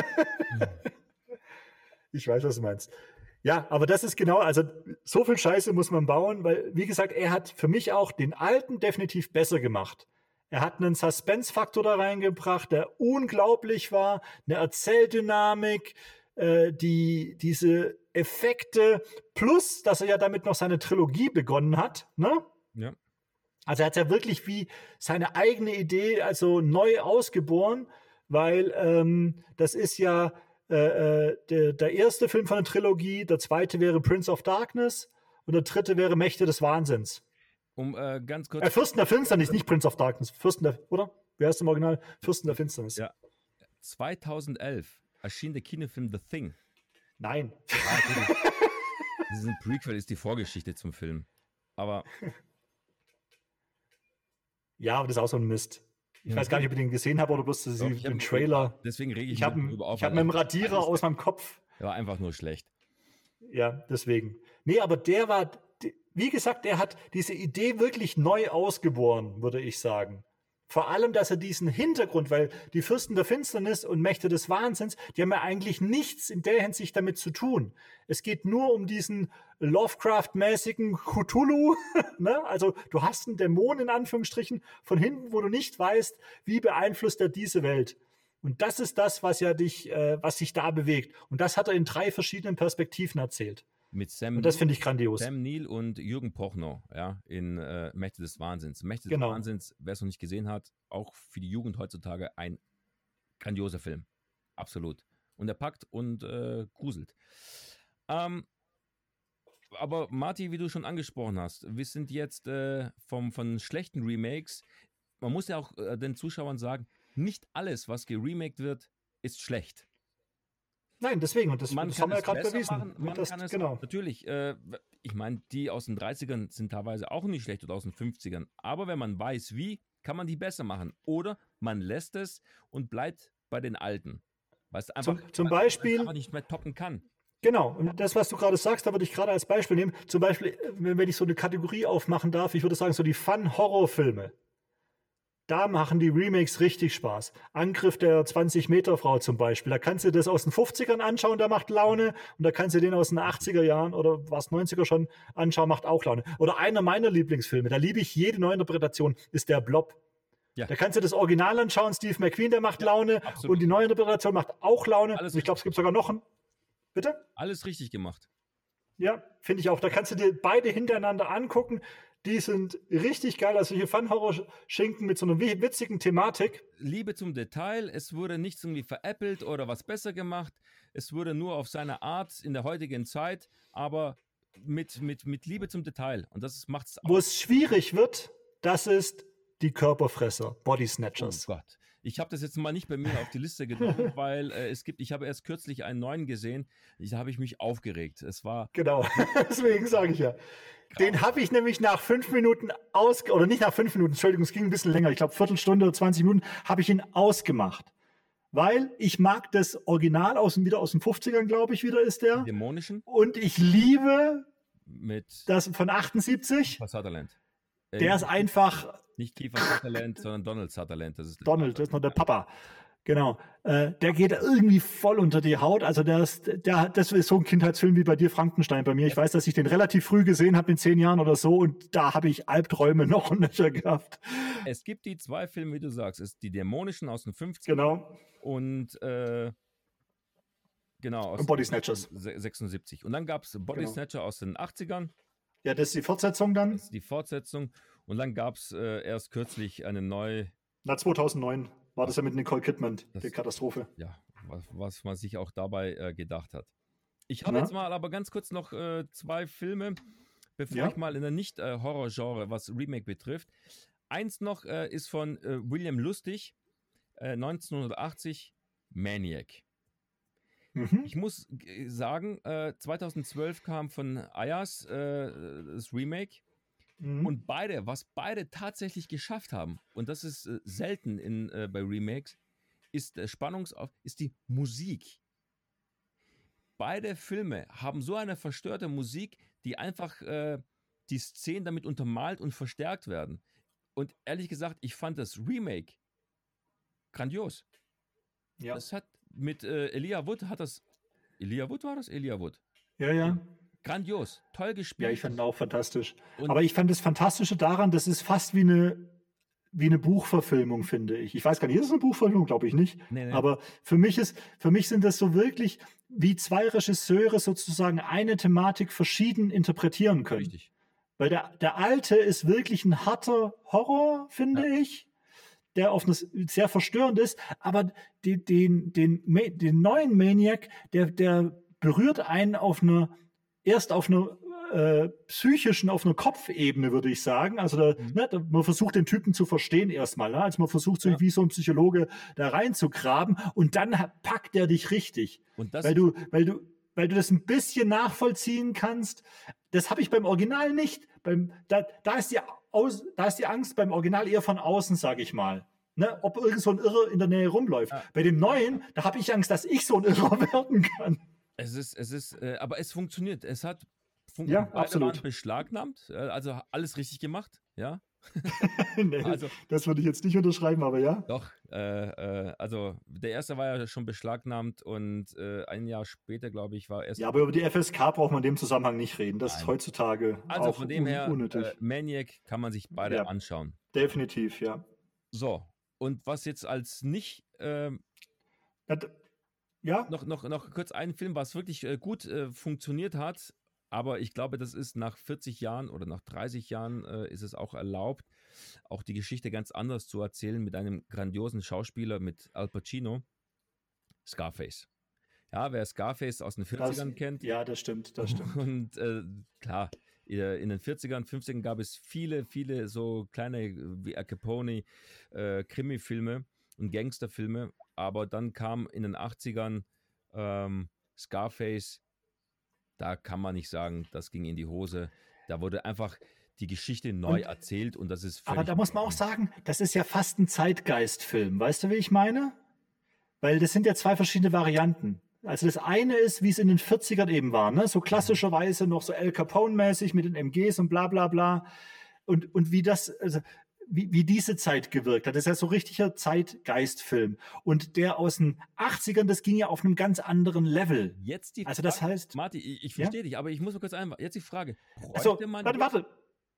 Ich weiß, was du meinst. Ja, aber das ist genau, also so viel Scheiße muss man bauen, weil, wie gesagt, er hat für mich auch den alten definitiv besser gemacht. Er hat einen Suspense-Faktor da reingebracht, der unglaublich war, eine Erzähldynamik, äh, die, diese Effekte, plus, dass er ja damit noch seine Trilogie begonnen hat, ne? Ja. Also er hat ja wirklich wie seine eigene Idee, also neu ausgeboren, weil ähm, das ist ja äh, der, der erste Film von der Trilogie, der zweite wäre Prince of Darkness und der dritte wäre Mächte des Wahnsinns. Um äh, ganz kurz. Äh, Fürsten der Finsternis, nicht Prince of Darkness. Fürsten der, oder? Wer heißt im Original? Fürsten der Finsternis. Ja. zweitausendelf erschien der Kinofilm The Thing. Nein. Das ist ein Prequel, ist die Vorgeschichte zum Film. Aber Ja, aber das ist auch so ein Mist. Ich weiß gar nicht, ob ich den gesehen habe oder bloß das Doch, ich hab den ihn- Trailer. deswegen rege ich, Ich habe mich darüber auf, ich hab weil mit dem Radierer alles- aus meinem Kopf. Er war einfach nur schlecht. Ja, deswegen. Nee, aber der war, d- wie gesagt, der hat diese Idee wirklich neu ausgeboren, würde ich sagen. Vor allem, dass er diesen Hintergrund, weil die Fürsten der Finsternis und Mächte des Wahnsinns, die haben ja eigentlich nichts in der Hinsicht damit zu tun. Es geht nur um diesen Lovecraft-mäßigen Cthulhu. Ne? Also du hast einen Dämon in Anführungsstrichen von hinten, wo du nicht weißt, wie beeinflusst er diese Welt. Und das ist das, was ja dich, äh, was sich da bewegt. Und das hat er in drei verschiedenen Perspektiven erzählt. Mit Sam, und das finde ich grandios. Sam Neill und Jürgen Prochnow, ja, in äh, Mächte des Wahnsinns. Mächte genau. des Wahnsinns, wer es noch nicht gesehen hat, auch für die Jugend heutzutage ein grandioser Film. Absolut. Und er packt und äh, gruselt. Ähm, aber Marty, wie du schon angesprochen hast, wir sind jetzt äh, vom, von schlechten Remakes. Man muss ja auch äh, den Zuschauern sagen, nicht alles, was geremaked wird, ist schlecht. Nein, deswegen, und das, man das kann haben wir ja es gerade besser bewiesen. machen, man das, kann es genau. natürlich, äh, ich meine, die aus den dreißigern sind teilweise auch nicht schlecht oder aus den fünfzigern, aber wenn man weiß wie, kann man die besser machen. Oder man lässt es und bleibt bei den alten. Weil es einfach, zum, zum Beispiel einfach nicht mehr toppen kann. Genau, und das, was du gerade sagst, da würde ich gerade als Beispiel nehmen. Zum Beispiel, wenn ich so eine Kategorie aufmachen darf, ich würde sagen, so die Fun-Horror-Filme. Da machen die Remakes richtig Spaß. Angriff der zwanzig-Meter-Frau zum Beispiel. Da kannst du das aus den fünfzigern anschauen, der macht Laune. Und da kannst du den aus den achtziger Jahren oder was neunziger schon anschauen, macht auch Laune. Oder einer meiner Lieblingsfilme, da liebe ich jede Neuinterpretation, ist der Blob. Ja. Da kannst du das Original anschauen, Steve McQueen, der macht ja, Laune. Absolut. Und die Neuinterpretation macht auch Laune. Alles und ich glaube, es gibt sogar noch einen. Bitte? Alles richtig gemacht. Ja, finde ich auch. Da kannst du dir beide hintereinander angucken. Die sind richtig geil, also hier Fun-Horror-Schinken mit so einer witzigen Thematik. Liebe zum Detail, es wurde nichts irgendwie veräppelt oder was besser gemacht. Es wurde nur auf seine Art in der heutigen Zeit, aber mit, mit, mit Liebe zum Detail. Und das macht es auch. Wo es schwierig wird, das ist die Körperfresser, Body Snatchers. Oh Gott. Ich habe das jetzt mal nicht bei mir auf die Liste genommen, weil äh, es gibt, ich habe erst kürzlich einen neuen gesehen, da habe ich mich aufgeregt. Es war. Genau, deswegen sage ich ja. Den habe ich nämlich nach fünf Minuten aus, oder nicht nach fünf Minuten, Entschuldigung, es ging ein bisschen länger, ich glaube Viertelstunde oder zwanzig Minuten, habe ich ihn ausgemacht. Weil ich mag das Original aus dem, wieder aus den fünfzigern, glaube ich, wieder ist der. Dämonischen. Und ich liebe mit das von achtundsiebzig. Kiefer Sutherland. Äh, der ist einfach. Nicht Kiefer Sutherland, sondern Donald Sutherland. Das ist Donald, das ist noch der Papa. Genau, äh, der geht irgendwie voll unter die Haut. Also der ist, der, das ist so ein Kindheitsfilm wie bei dir Frankenstein bei mir. Ich weiß, dass ich den relativ früh gesehen habe, in zehn Jahren oder so, und da habe ich Albträume noch und nöcher gehabt. Es gibt die zwei Filme, wie du sagst, es ist die Dämonischen aus den fünfzigern. Genau. Und äh, genau, aus und Body Snatchers. sechsundsiebzig. Und dann gab es Body genau. Snatcher aus den achtzigern. Ja, das ist die Fortsetzung dann. Das ist die Fortsetzung. Und dann gab es äh, erst kürzlich eine neue. Na, zweitausendneun. War das ja mit Nicole Kidman, das, die Katastrophe. Ja, was, was man sich auch dabei äh, gedacht hat. Ich habe jetzt mal aber ganz kurz noch äh, zwei Filme, bevor ja. ich mal in der Nicht-Horror-Genre, was Remake betrifft. Eins noch äh, ist von äh, William Lustig, äh, neunzehnhundertachtzig, Maniac. Mhm. Ich muss g- sagen, äh, zweitausendzwölf kam von Ayers äh, das Remake. Mhm. Und beide, was beide tatsächlich geschafft haben, und das ist äh, selten in, äh, bei Remakes, ist äh, Spannungsauf, ist die Musik. Beide Filme haben so eine verstörte Musik, die einfach äh, die Szenen damit untermalt und verstärkt werden. Und ehrlich gesagt, ich fand das Remake grandios. Ja. Das hat mit äh, Elijah Wood hat das. Elijah Wood war das? Elijah Wood. Ja, ja. Grandios, toll gespielt. Ja, ich fand ihn auch fantastisch. Und aber ich fand das Fantastische daran, das ist fast wie eine, wie eine Buchverfilmung, finde ich. Ich weiß gar nicht, ist es eine Buchverfilmung? Glaube ich nicht. Nee, nee. Aber für mich, ist, für mich sind das so wirklich, wie zwei Regisseure sozusagen eine Thematik verschieden interpretieren können. Richtig. Weil der, der alte ist wirklich ein harter Horror, finde ja. ich, der auf eine sehr verstörend ist. Aber die, den, den, den neuen Maniac, der, der berührt einen auf einer erst auf einer äh, psychischen, auf einer Kopfebene, würde ich sagen. Also da, mhm. ne, da, man versucht den Typen zu verstehen erstmal. Ne? Also man versucht so ja. wie so ein Psychologe da reinzugraben und dann packt er dich richtig. Und das weil du, weil du, weil du das ein bisschen nachvollziehen kannst. Das habe ich beim Original nicht. Beim, da, da, ist die Aus, da ist die Angst beim Original eher von außen, sage ich mal. Ne? Ob irgend so ein Irrer in der Nähe rumläuft. Ja. Bei dem Neuen, da habe ich Angst, dass ich so ein Irrer werden kann. Es ist, es ist, äh, aber es funktioniert. Es hat fun- ja, beide absolut. waren beschlagnahmt, äh, also alles richtig gemacht, ja. Nee, Also, das würde ich jetzt nicht unterschreiben, aber ja. doch, äh, äh, also der erste war ja schon beschlagnahmt und äh, ein Jahr später, glaube ich, war erst. Ja, aber über die F S K braucht man in dem Zusammenhang nicht reden. Das ist Nein. heutzutage Also auch von dem un her, unnötig. äh, Maniac kann man sich beide Ja. anschauen. Definitiv, ja. So, und was jetzt als nicht, ähm, Ja, d- ja, noch, noch, noch kurz ein Film, was wirklich äh, gut äh, funktioniert hat, aber ich glaube, das ist nach vierzig Jahren oder nach dreißig Jahren äh, ist es auch erlaubt, auch die Geschichte ganz anders zu erzählen mit einem grandiosen Schauspieler, mit Al Pacino, Scarface. Ja, wer Scarface aus den das, vierzigern kennt, ja, das stimmt, das stimmt. und äh, klar, äh, in den vierzigern, fünfzigern gab es viele, viele so kleine äh, wie Al Capone äh, Krimi-Filme und Gangsterfilme, aber dann kam in den achtzigern ähm, Scarface, da kann man nicht sagen, das ging in die Hose. Da wurde einfach die Geschichte neu Und, erzählt und das ist aber völlig da in muss man auch Ordnung. sagen, das ist ja fast ein Zeitgeistfilm. Weißt du, wie ich meine? Weil das sind ja zwei verschiedene Varianten. Also das eine ist, wie es in den vierzigern eben war, ne? So klassischerweise noch so Al Capone-mäßig mit den M Gs und bla bla bla. Und, und wie das, also wie, wie diese Zeit gewirkt hat. Das ist ja so richtiger Zeitgeistfilm. Und der aus den achtzigern, das ging ja auf einem ganz anderen Level. Jetzt die Also das Frage, heißt, Martin, ich, ich ja? verstehe dich, aber ich muss mal kurz einmal, jetzt die Frage, Also, bräuchte man, warte, jetzt, warte.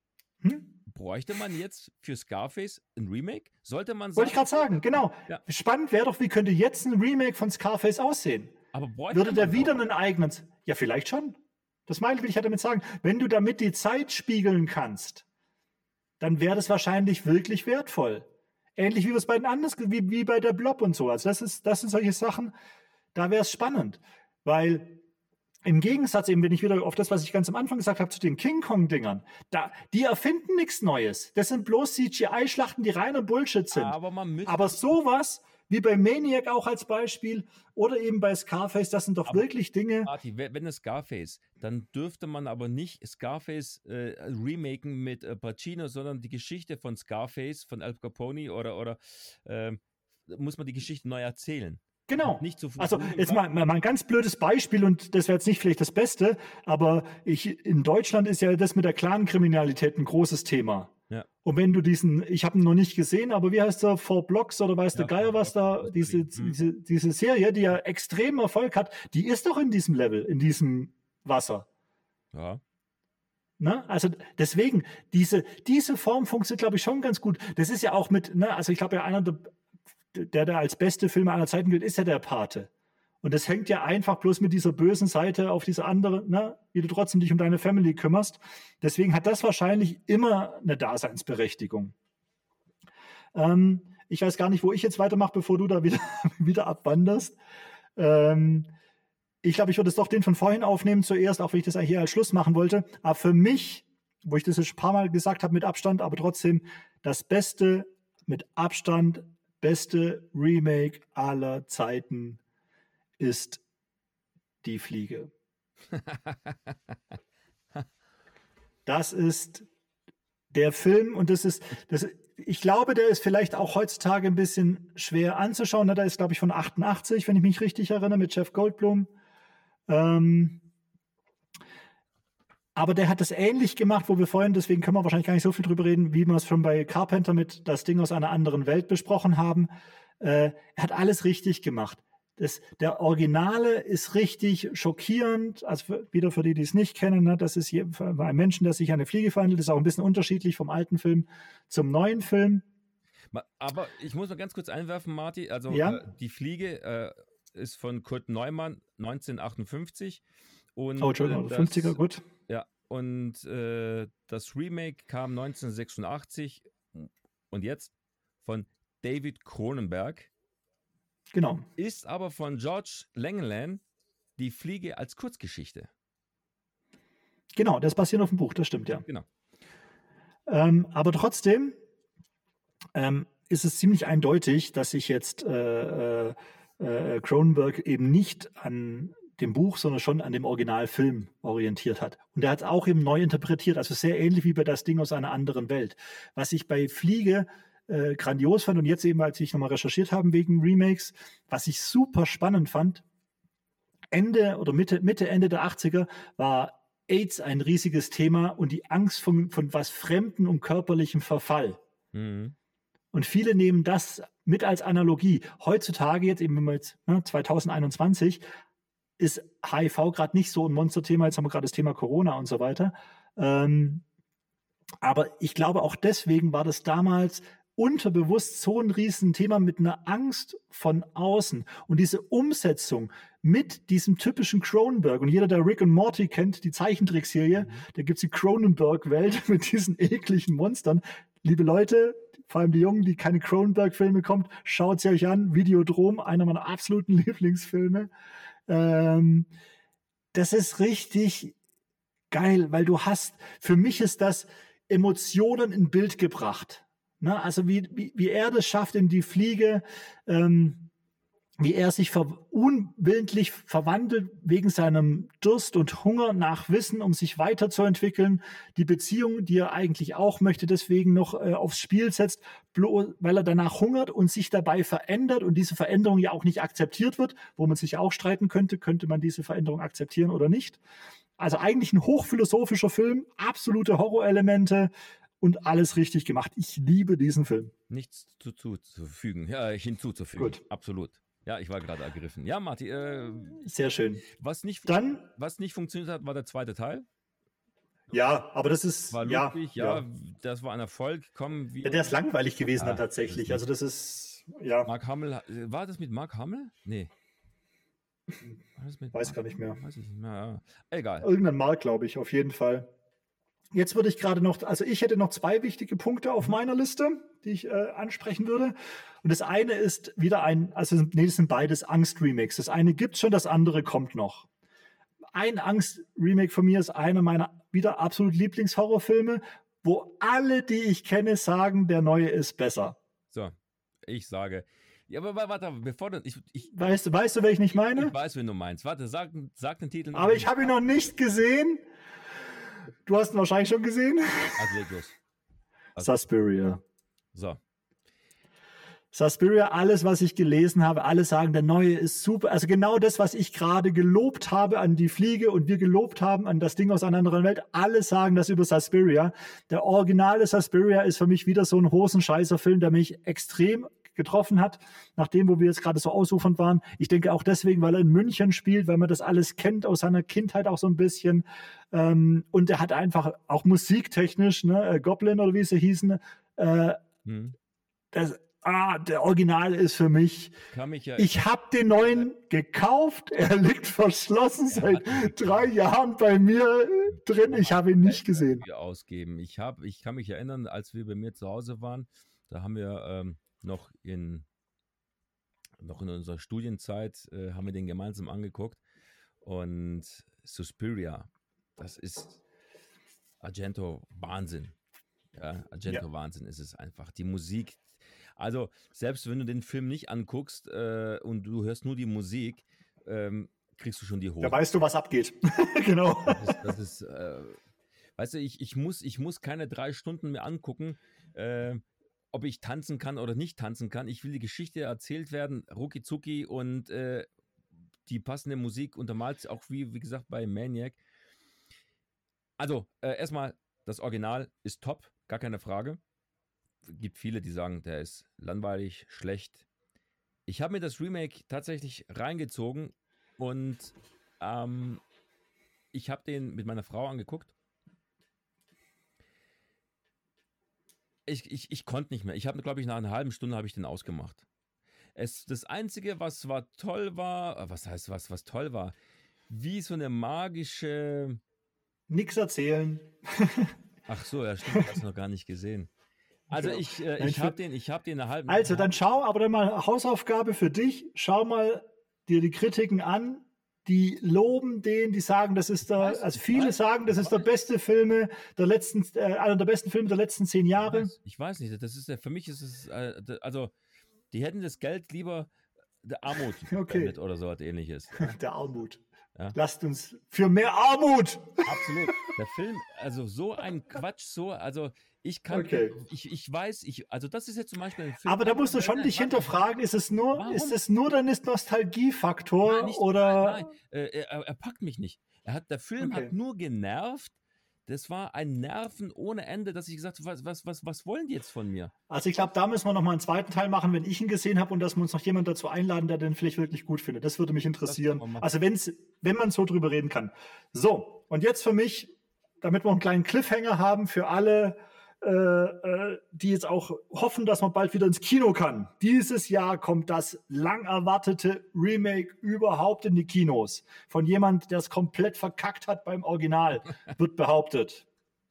Hm? bräuchte man jetzt für Scarface ein Remake? Sollte man Wollte ich sagen, gerade sagen, genau. ja, Spannend wäre doch, wie könnte jetzt ein Remake von Scarface aussehen? aber bräuchte Würde der man wieder auch? einen eigenen... Ja, vielleicht schon. Das meine ich, will ich ja damit sagen. Wenn du damit die Zeit spiegeln kannst, dann wäre das wahrscheinlich wirklich wertvoll. Ähnlich wie wir es bei den anderen, wie, wie bei der Blob und so. Also das ist, das sind solche Sachen, da wäre es spannend. Weil im Gegensatz eben, wenn ich wieder auf das, was ich ganz am Anfang gesagt habe, zu den King Kong-Dingern, da, die erfinden nichts Neues. Das sind bloß C G I-Schlachten, die reiner Bullshit sind. Aber man müsste, Aber sowas, wie bei Maniac auch als Beispiel, oder eben bei Scarface, das sind doch aber wirklich Dinge. Martin, wenn wenn es Scarface, dann dürfte man aber nicht Scarface äh, remaken mit äh, Pacino, sondern die Geschichte von Scarface, von Al Capone oder, oder ähm, muss man die Geschichte neu erzählen. Genau. Nicht zu Also früh im jetzt Kopf. mal, mal ein ganz blödes Beispiel und das wäre jetzt nicht vielleicht das Beste, aber ich, in Deutschland ist ja das mit der Clankriminalität ein großes Thema. Ja. Und wenn du diesen, ich habe ihn noch nicht gesehen, aber wie heißt der, Four Blocks oder weiß Ja, der Geier Four was Blocks, da, diese, Hm. diese, diese Serie, die ja extrem Erfolg hat, die ist doch in diesem Level, in diesem Wasser. Ja. Ne? Also deswegen, diese, diese Form funktioniert, glaube ich, schon ganz gut. Das ist ja auch mit, ne, also ich glaube ja, einer der, der da als beste Filme aller Zeiten gilt, ist ja der Pate. Und das hängt ja einfach bloß mit dieser bösen Seite auf diese andere, ne, wie du trotzdem dich um deine Family kümmerst. Deswegen hat das wahrscheinlich immer eine Daseinsberechtigung. Ähm, ich weiß gar nicht, wo ich jetzt weitermache, bevor du da wieder, wieder abwanderst. Ähm, ich glaube, ich würde es doch den von vorhin aufnehmen zuerst, auch wenn ich das eigentlich hier als Schluss machen wollte. Aber für mich, wo ich das jetzt ein paar Mal gesagt habe mit Abstand, aber trotzdem das beste, mit Abstand beste Remake aller Zeiten ist Die Fliege. Das ist der Film und das ist, das, ich glaube, der ist vielleicht auch heutzutage ein bisschen schwer anzuschauen. Der ist, glaube ich, von achtundachtzig, wenn ich mich richtig erinnere, mit Jeff Goldblum. Ähm, aber der hat das ähnlich gemacht, wo wir vorhin, deswegen können wir wahrscheinlich gar nicht so viel drüber reden, wie wir es schon bei Carpenter mit Das Ding aus einer anderen Welt besprochen haben. Äh, er hat alles richtig gemacht. Das, der Originale ist richtig schockierend, also für, wieder für die, die es nicht kennen, ne, das ist hier für einen Menschen, der sich eine Fliege verhandelt, ist auch ein bisschen unterschiedlich vom alten Film zum neuen Film. Aber ich muss mal ganz kurz einwerfen, Marty, also Ja? äh, Die Fliege äh, ist von Kurt Neumann neunzehnhundertachtundfünfzig und Oh, Entschuldigung, äh, das, fünfziger, gut. Ja, und äh, das Remake kam neunzehnhundertsechsundachtzig und jetzt von David Cronenberg, Genau. ist aber von George Langeland Die Fliege als Kurzgeschichte. Genau, das basiert auf dem Buch, das stimmt, ja. Genau. Ähm, aber trotzdem ähm, ist es ziemlich eindeutig, dass sich jetzt äh, äh, äh, Cronenberg eben nicht an dem Buch, sondern schon an dem Originalfilm orientiert hat. Und er hat es auch eben neu interpretiert, also sehr ähnlich wie bei Das Ding aus einer anderen Welt. Was ich bei Fliege äh, grandios fand und jetzt eben, als ich nochmal recherchiert habe wegen Remakes, was ich super spannend fand, Ende oder Mitte, Mitte, Ende der achtziger war AIDS ein riesiges Thema und die Angst von, von was Fremden und körperlichem Verfall. Mhm. Und viele nehmen das mit als Analogie. Heutzutage, jetzt eben wenn wir jetzt ne, zwanzig einundzwanzig, ist H I V gerade nicht so ein Monsterthema. Jetzt haben wir gerade das Thema Corona und so weiter. Ähm, aber ich glaube, auch deswegen war das damals unterbewusst so ein Riesenthema mit einer Angst von außen. Und diese Umsetzung mit diesem typischen Cronenberg, und jeder, der Rick und Morty kennt, die Zeichentrickserie, mhm. da gibt es die Cronenberg-Welt mit diesen ekligen Monstern. Liebe Leute, vor allem die Jungen, die keine Cronenberg-Filme kommt, schaut sie euch an. Videodrom, einer meiner absoluten Lieblingsfilme. Ähm, das ist richtig geil, weil du hast, für mich ist das Emotionen in Bild gebracht. Ne? Also wie, wie, wie er das schafft in die Fliege, ähm, wie er sich ver- unwillentlich verwandelt wegen seinem Durst und Hunger nach Wissen, um sich weiterzuentwickeln, die Beziehung, die er eigentlich auch möchte, deswegen noch äh, aufs Spiel setzt, bloß, weil er danach hungert und sich dabei verändert und diese Veränderung ja auch nicht akzeptiert wird, wo man sich auch streiten könnte, könnte man diese Veränderung akzeptieren oder nicht. Also eigentlich ein hochphilosophischer Film, absolute Horrorelemente und alles richtig gemacht. Ich liebe diesen Film. Nichts zu, zu, zuzufügen, ja, hinzuzufügen. Gut. Absolut. Ja, ich war gerade ergriffen. Ja, Martin. Äh, Sehr schön. Was nicht, Dann, was nicht funktioniert hat, war der zweite Teil. Ja, aber das ist War ja, lustig, ja, ja. das war ein Erfolg. Komm, wie, Ja, der ist langweilig gewesen Ah, dann tatsächlich. das Also das ist, ja, Mark Hamill, war das mit Mark Hamill? Nee. War das mit weiß Mark- gar nicht mehr. Weiß ich nicht mehr. Ja. Egal. Irgendein Mark, glaube ich, auf jeden Fall. Jetzt würde ich gerade noch, also ich hätte noch zwei wichtige Punkte auf meiner Liste, die ich äh, ansprechen würde. Und das eine ist wieder ein, also nee, das sind beides Angst-Remakes. Das eine gibt schon, das andere kommt noch. Ein Angst-Remake von mir ist einer meiner wieder absolut Lieblingshorrorfilme, wo alle, die ich kenne, sagen, der neue ist besser. So, ich sage. Ja, aber wa- warte, bevor du. Ich, ich, Weißt du, weißt du, welchen ich meine? ich weiß, wen du meinst. Warte, sag, sag den Titel. Aber ich habe ihn noch nicht gesehen. Du hast ihn wahrscheinlich schon gesehen. Also leg los. Also, Suspiria. so. Suspiria, alles, was ich gelesen habe, alle sagen, der neue ist super. Also genau das, was ich gerade gelobt habe an die Fliege und wir gelobt haben an das Ding aus einer anderen Welt, alle sagen das über Suspiria. Der originale Suspiria ist für mich wieder so ein Hosenscheißer-Film, der mich extrem getroffen hat, nachdem, wo wir jetzt gerade so ausufernd waren. Ich denke auch deswegen, weil er in München spielt, weil man das alles kennt aus seiner Kindheit auch so ein bisschen. Ähm, und er hat einfach auch musiktechnisch, ne, Goblin oder wie sie hießen, äh, Hm. das, ah, der Original ist für mich. Kann mich ja. Ich habe den neuen gekauft. Er liegt verschlossen seit drei Jahren bei mir drin. Ich habe ihn nicht gesehen. Dafür ausgeben. Ich, hab, ich kann mich erinnern, als wir bei mir zu Hause waren, da haben wir ähm, noch in noch in unserer Studienzeit äh, haben wir den gemeinsam angeguckt und Suspiria, das ist Argento Wahnsinn. Ja, Argento Ja. Wahnsinn ist es einfach. Die Musik, also selbst wenn du den Film nicht anguckst äh, und du hörst nur die Musik, ähm, kriegst du schon die Hose. Da weißt du, was abgeht. Genau. Das ist, das ist äh, weißt du, ich, ich, muss, ich muss keine drei Stunden mehr angucken, äh, ob ich tanzen kann oder nicht tanzen kann. Ich will die Geschichte erzählt werden, rucki zucki und äh, die passende Musik untermalt, auch wie, wie gesagt bei Maniac. Also, äh, erstmal, das Original ist top, gar keine Frage. Gibt viele, die sagen, der ist langweilig, schlecht. Ich habe mir das Remake tatsächlich reingezogen und ähm, ich habe den mit meiner Frau angeguckt. Ich, ich, ich konnte nicht mehr. Ich habe, glaube ich, nach einer halben Stunde habe ich den ausgemacht. Es, das Einzige, was war toll war, was heißt was, was toll war, wie so eine magische... Nix erzählen. Ach so, ja stimmt, hast du noch gar nicht gesehen. Also Genau. ich, äh, Nein, ich für- habe den, ich habe den eine halbe... Also, dann schau, aber dann mal Hausaufgabe für dich. Schau mal dir die Kritiken an. Die loben den, die sagen, das ist der, weiß, also ich viele weiß, sagen, das ich ist der weiß. beste Filme der letzten, äh, einer der besten Filme der letzten zehn Ich Jahre. weiß, ich weiß nicht, das ist ja, für mich ist es, äh, d- also, die hätten das Geld lieber der Armut Okay. gespendet oder so was ähnliches. Der Armut. Ja. Lasst uns für mehr Armut. Absolut. Der Film, also so ein Quatsch, so, also ich kann, Okay. ich, ich weiß, ich, also das ist jetzt zum Beispiel ein Film. Aber da musst du schon dich hinterfragen, ist es nur, Warum? ist es nur der Nostalgiefaktor Nein, nicht- oder? Nein, nein. Äh, er, er packt mich nicht. Er hat, der Film Okay. hat nur genervt. Das war ein Nerven ohne Ende, dass ich gesagt habe, was, was, was, was wollen die jetzt von mir? Also ich glaube, da müssen wir noch mal einen zweiten Teil machen, wenn ich ihn gesehen habe und dass wir uns noch jemand dazu einladen, der den vielleicht wirklich gut findet. Das würde mich interessieren. können wir machen. Also wenn's, wenn man so drüber reden kann. So, und jetzt für mich, damit wir einen kleinen Cliffhanger haben für alle, äh, äh, die jetzt auch hoffen, dass man bald wieder ins Kino kann. Dieses Jahr kommt das lang erwartete Remake überhaupt in die Kinos. Von jemand, der es komplett verkackt hat beim Original, wird behauptet.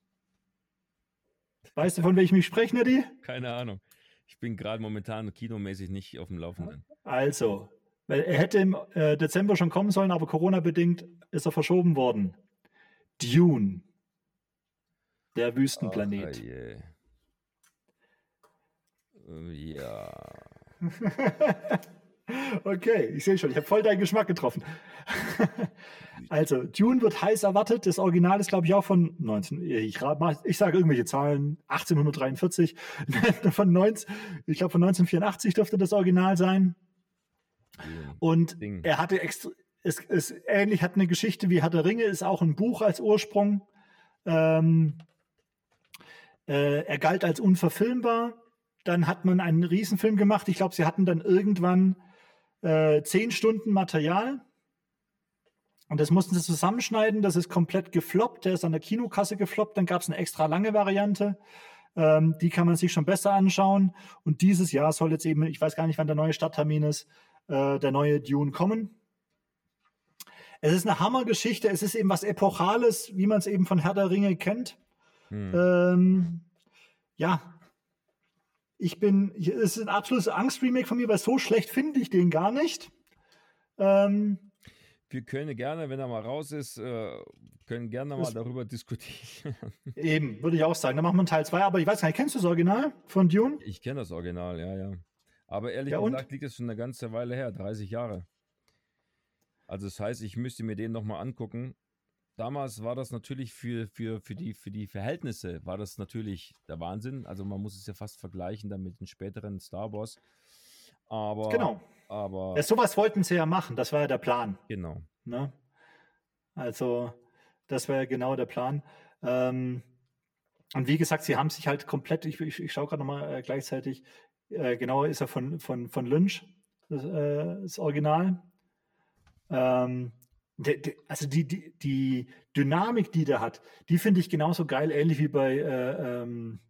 Weißt du, von welchem ich spreche, Neddy? Keine Ahnung. Ich bin gerade momentan kinomäßig nicht auf dem Laufenden. Also, weil er hätte im äh, Dezember schon kommen sollen, aber Corona-bedingt ist er verschoben worden. Dune. Der Wüstenplanet. Ach, je. Äh, Ja. Okay, ich sehe schon, ich habe voll deinen Geschmack getroffen. Also, Dune wird heiß erwartet. Das Original ist, glaube ich, auch von neunzehn. Ich, ra- mach- ich sage irgendwelche Zahlen. achtzehnhundertdreiundvierzig. von neunzehn, ich glaube, von neunzehnhundertvierundachtzig dürfte das Original sein. Und Ding. er hatte extra, es ist ähnlich, hat eine Geschichte wie Herr der Ringe, ist auch ein Buch als Ursprung. Ähm, äh, er galt als unverfilmbar. Dann hat man einen Riesenfilm gemacht. Ich glaube, sie hatten dann irgendwann äh, zehn Stunden Material. Und das mussten sie zusammenschneiden. Das ist komplett gefloppt. Der ist an der Kinokasse gefloppt. Dann gab es eine extra lange Variante. Ähm, die kann man sich schon besser anschauen. Und dieses Jahr soll jetzt eben, ich weiß gar nicht, wann der neue Starttermin ist, äh, der neue Dune kommen. Es ist eine Hammergeschichte. Es ist eben was Epochales, wie man es eben von Herr der Ringe kennt. Hm. Ähm, ja, ich bin, es ist ein absolutes Angst-Remake von mir, weil so schlecht finde ich den gar nicht. Ähm, Wir können gerne, wenn er mal raus ist, äh, können gerne mal Das- darüber diskutieren. eben, würde ich auch sagen. Dann machen wir einen Teil zwei, aber ich weiß gar nicht, kennst du das Original von Dune? Ich kenne das Original, ja, ja. Aber ehrlich Ja, und? gesagt liegt es schon eine ganze Weile her, dreißig Jahre. Also das heißt, ich müsste mir den nochmal angucken. Damals war das natürlich für, für, für, die, für die Verhältnisse, war das natürlich der Wahnsinn. Also man muss es ja fast vergleichen dann mit den späteren Star Wars. Aber, Genau. aber Ja, sowas wollten sie ja machen, das war ja der Plan. genau. Ne? Also, das wäre genau der Plan. Ähm, und wie gesagt, sie haben sich halt komplett, ich, ich, ich schaue gerade nochmal äh, gleichzeitig, äh, genau ist er von, von, von Lynch, das, äh, das Original. Ähm, de, de, also die, die, die Dynamik, die der hat, die finde ich genauso geil, ähnlich wie bei, äh, ähm,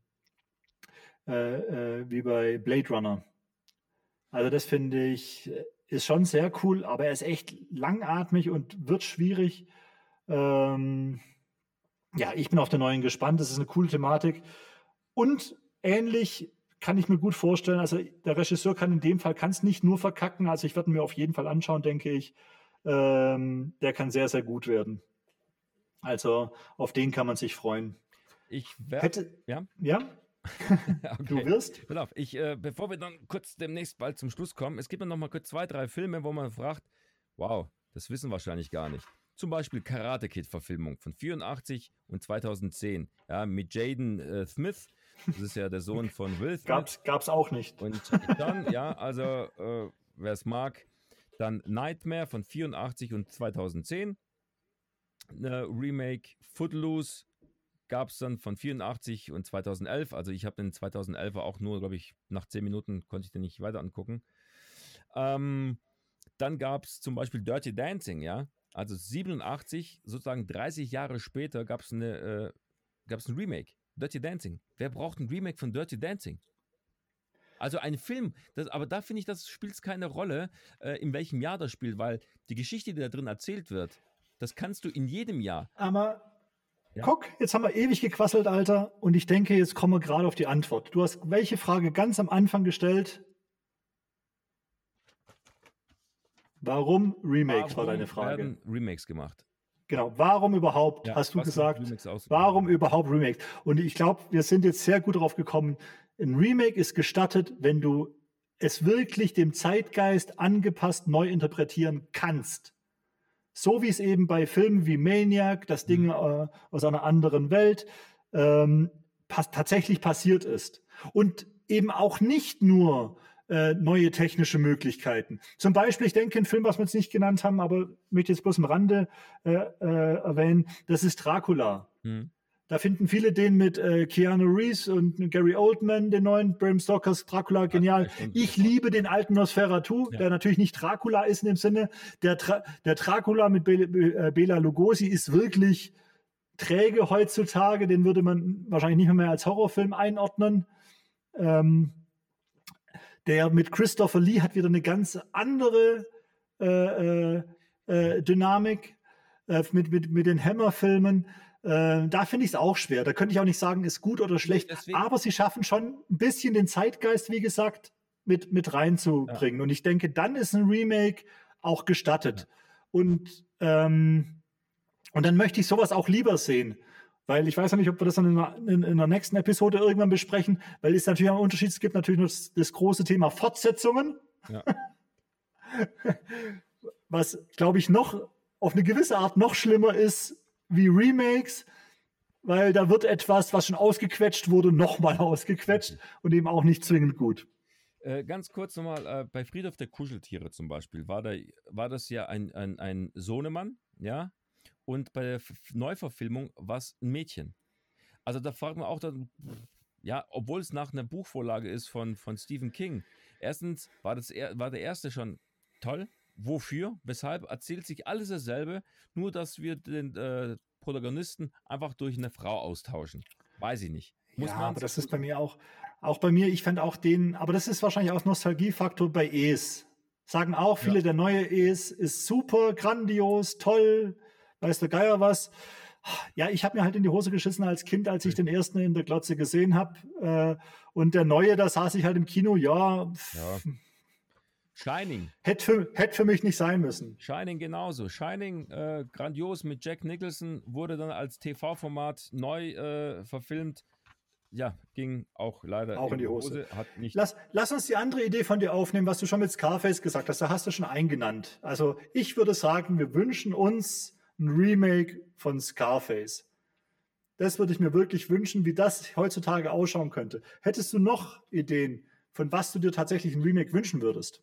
äh, äh, wie bei Blade Runner. Also das finde ich, äh, ist schon sehr cool, aber er ist echt langatmig und wird schwierig. Ähm, ja, ich bin auf den neuen gespannt. Das ist eine coole Thematik. Und ähnlich kann ich mir gut vorstellen, also der Regisseur kann in dem Fall kann es nicht nur verkacken, also ich werde ihn mir auf jeden Fall anschauen, denke ich. Ähm, der kann sehr, sehr gut werden. Also auf den kann man sich freuen. Ich werde. Hätte, Ja? ja, du Okay. wirst? Pass auf, ich, äh, bevor wir dann kurz demnächst bald zum Schluss kommen, es gibt noch mal kurz zwei, drei Filme, wo man fragt, wow, das wissen wahrscheinlich gar nicht. Zum Beispiel Karate Kid-Verfilmung von vierundachtzig und zweitausendzehn, ja, mit Jaden äh, Smith, das ist ja der Sohn von Will Smith. Gab's, gab's auch nicht. Und Jackie Chan, ja, also äh, wer es mag, dann Nightmare von vierundachtzig und zweitausendzehn, eine Remake, Footloose gab es dann von vierundachtzig und zweitausendelf, also ich habe den zweitausendelfer auch nur, glaube ich, nach zehn Minuten konnte ich den nicht weiter angucken. Ähm, dann gab es zum Beispiel Dirty Dancing, ja, also siebenundachtzig, sozusagen dreißig Jahre später gab es eine, äh, gab's ein Remake, Dirty Dancing. Wer braucht ein Remake von Dirty Dancing? Also ein Film, das, aber da finde ich, das spielt keine Rolle, äh, in welchem Jahr das spielt, weil die Geschichte, die da drin erzählt wird, das kannst du in jedem Jahr. Aber Ja. guck, jetzt haben wir ewig gequasselt, Alter, und ich denke, jetzt kommen wir gerade auf die Antwort. Du hast welche Frage ganz am Anfang gestellt? Warum Remakes war deine Frage. Werden Remakes gemacht? Genau, warum überhaupt, Ja, hast du was sind gesagt, Remakes aus- warum überhaupt Remakes? Und ich glaube, wir sind jetzt sehr gut darauf gekommen, ein Remake ist gestattet, wenn du es wirklich dem Zeitgeist angepasst neu interpretieren kannst. so wie es eben bei Filmen wie Maniac, das Ding Mhm. äh, aus einer anderen Welt, ähm, pas tatsächlich passiert ist. Und eben auch nicht nur äh, neue technische Möglichkeiten. Zum Beispiel, ich denke, ein Film, was wir jetzt nicht genannt haben, aber möchte jetzt bloß am Rande äh, äh, erwähnen, das ist Dracula. Mhm. Da finden viele den mit äh, Keanu Reeves und Gary Oldman, den neuen Bram Stokers Dracula, genial. drei Stunden Ich sofort. liebe den alten Nosferatu, Ja. der natürlich nicht Dracula ist in dem Sinne. Der, Tra der Dracula mit Be Be Bela Lugosi ist wirklich träge heutzutage. Den würde man wahrscheinlich nicht mehr als Horrorfilm einordnen. Ähm, der mit Christopher Lee hat wieder eine ganz andere äh, äh, äh, Dynamik äh, mit, mit, mit den Hammer-Filmen. Äh, da finde ich es auch schwer. Da könnte ich auch nicht sagen, ist gut oder schlecht. Deswegen- Aber sie schaffen schon ein bisschen den Zeitgeist, wie gesagt, mit, mit reinzubringen. Und ich denke, dann ist ein Remake auch gestattet. Und, ähm, und dann möchte ich sowas auch lieber sehen. Weil ich weiß ja nicht, ob wir das dann in der, in, in der nächsten Episode irgendwann besprechen, weil es natürlich auch einen Unterschied, es gibt natürlich noch das, das große Thema Fortsetzungen. Ja. Was, glaube ich, noch auf eine gewisse Art noch schlimmer ist wie Remakes, weil da wird etwas, was schon ausgequetscht wurde, nochmal ausgequetscht und eben auch nicht zwingend gut. Äh, ganz kurz nochmal, äh, bei Friedhof der Kuscheltiere zum Beispiel war, da, war das ja ein, ein, ein Sohnemann, ja, und bei der F Neuverfilmung war es ein Mädchen. Also da fragt man auch dann, ja, obwohl es nach einer Buchvorlage ist von, von Stephen King. Erstens war, das, er- war der erste schon toll. Wofür? Weshalb? Erzählt sich alles dasselbe, nur dass wir den äh, Protagonisten einfach durch eine Frau austauschen. Weiß ich nicht. Muss ja, man aber das ist bei mir auch, auch bei mir, ich fand auch den, aber das ist wahrscheinlich auch Nostalgiefaktor bei Es. Sagen auch viele, Ja. der neue Es ist super, grandios, toll, weiß der Geier was. Ja, ich habe mir halt in die Hose geschissen als Kind, als ich den ersten in der Glotze gesehen habe. Äh, und der neue, da saß ich halt im Kino, ja, pff, Ja. Shining. hätte für, hätt für mich nicht sein müssen. Shining genauso. Shining, äh, grandios mit Jack Nicholson, wurde dann als T V-Format neu äh, verfilmt. Ja, ging auch leider Auch in die Hose. Hat nicht. Lass, lass uns die andere Idee von dir aufnehmen, was du schon mit Scarface gesagt hast. Da hast du schon eingenannt. Also ich würde sagen, wir wünschen uns ein Remake von Scarface. Das würde ich mir wirklich wünschen, wie das heutzutage ausschauen könnte. Hättest du noch Ideen, von was du dir tatsächlich ein Remake wünschen würdest?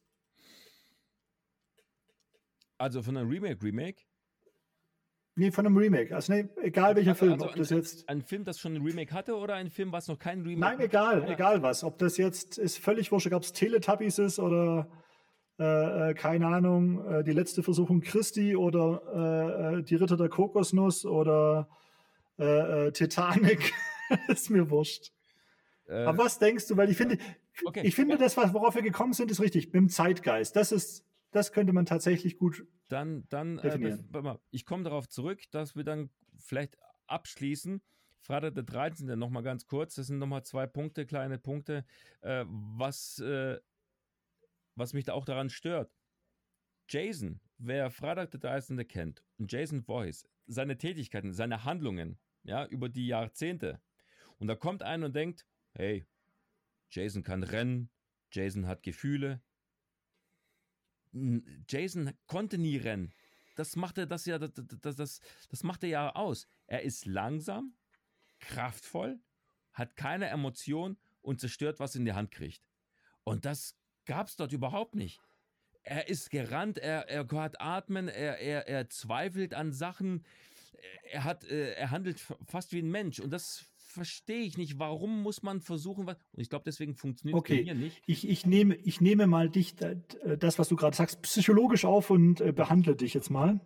Also von einem Remake-Remake? Nee, von einem Remake. Also nee, egal welcher Also- Film, also ob das ein, jetzt... ein Film, das schon ein Remake hatte oder ein Film, was noch kein Remake Nein, hat? egal, Ja. egal was. Ob das jetzt ist völlig wurscht, ob es Teletubbies ist oder äh, äh, keine Ahnung, äh, die letzte Versuchung Christi oder äh, äh, die Ritter der Kokosnuss oder äh, äh, Titanic. Ist mir wurscht. Äh, Aber was denkst du? Weil ich finde, Okay, ich finde, ja. das, was, worauf wir gekommen sind, ist richtig. Mit dem Zeitgeist. Das ist, das könnte man tatsächlich gut. Dann, dann äh, definieren. bef- warte mal, ich komme darauf zurück, dass wir dann vielleicht abschließen. Freitag der dreizehnte nochmal ganz kurz. Das sind nochmal zwei Punkte, kleine Punkte, äh, was, äh, was mich da auch daran stört. Jason, wer Freitag der dreizehnte kennt und Jason Voorhees, seine Tätigkeiten, seine Handlungen, ja, über die Jahrzehnte. Und da kommt einer und denkt, hey, Jason kann rennen, Jason hat Gefühle. N- Jason konnte nie rennen. Das macht er das ja, das, das, das, das macht er ja aus. Er ist langsam, kraftvoll, hat keine Emotion und zerstört, was er in die Hand kriegt. Und das gab es dort überhaupt nicht. Er ist gerannt, er, er hat atmen, er, er, er zweifelt an Sachen, er, hat, äh, er handelt f- fast wie ein Mensch. Und das verstehe ich nicht. Warum muss man versuchen, was. Und ich glaube, deswegen funktioniert es bei Okay, mir nicht. ich, ich, nehme, ich nehme mal dich, äh, das, was du gerade sagst, psychologisch auf und äh, behandle dich jetzt mal.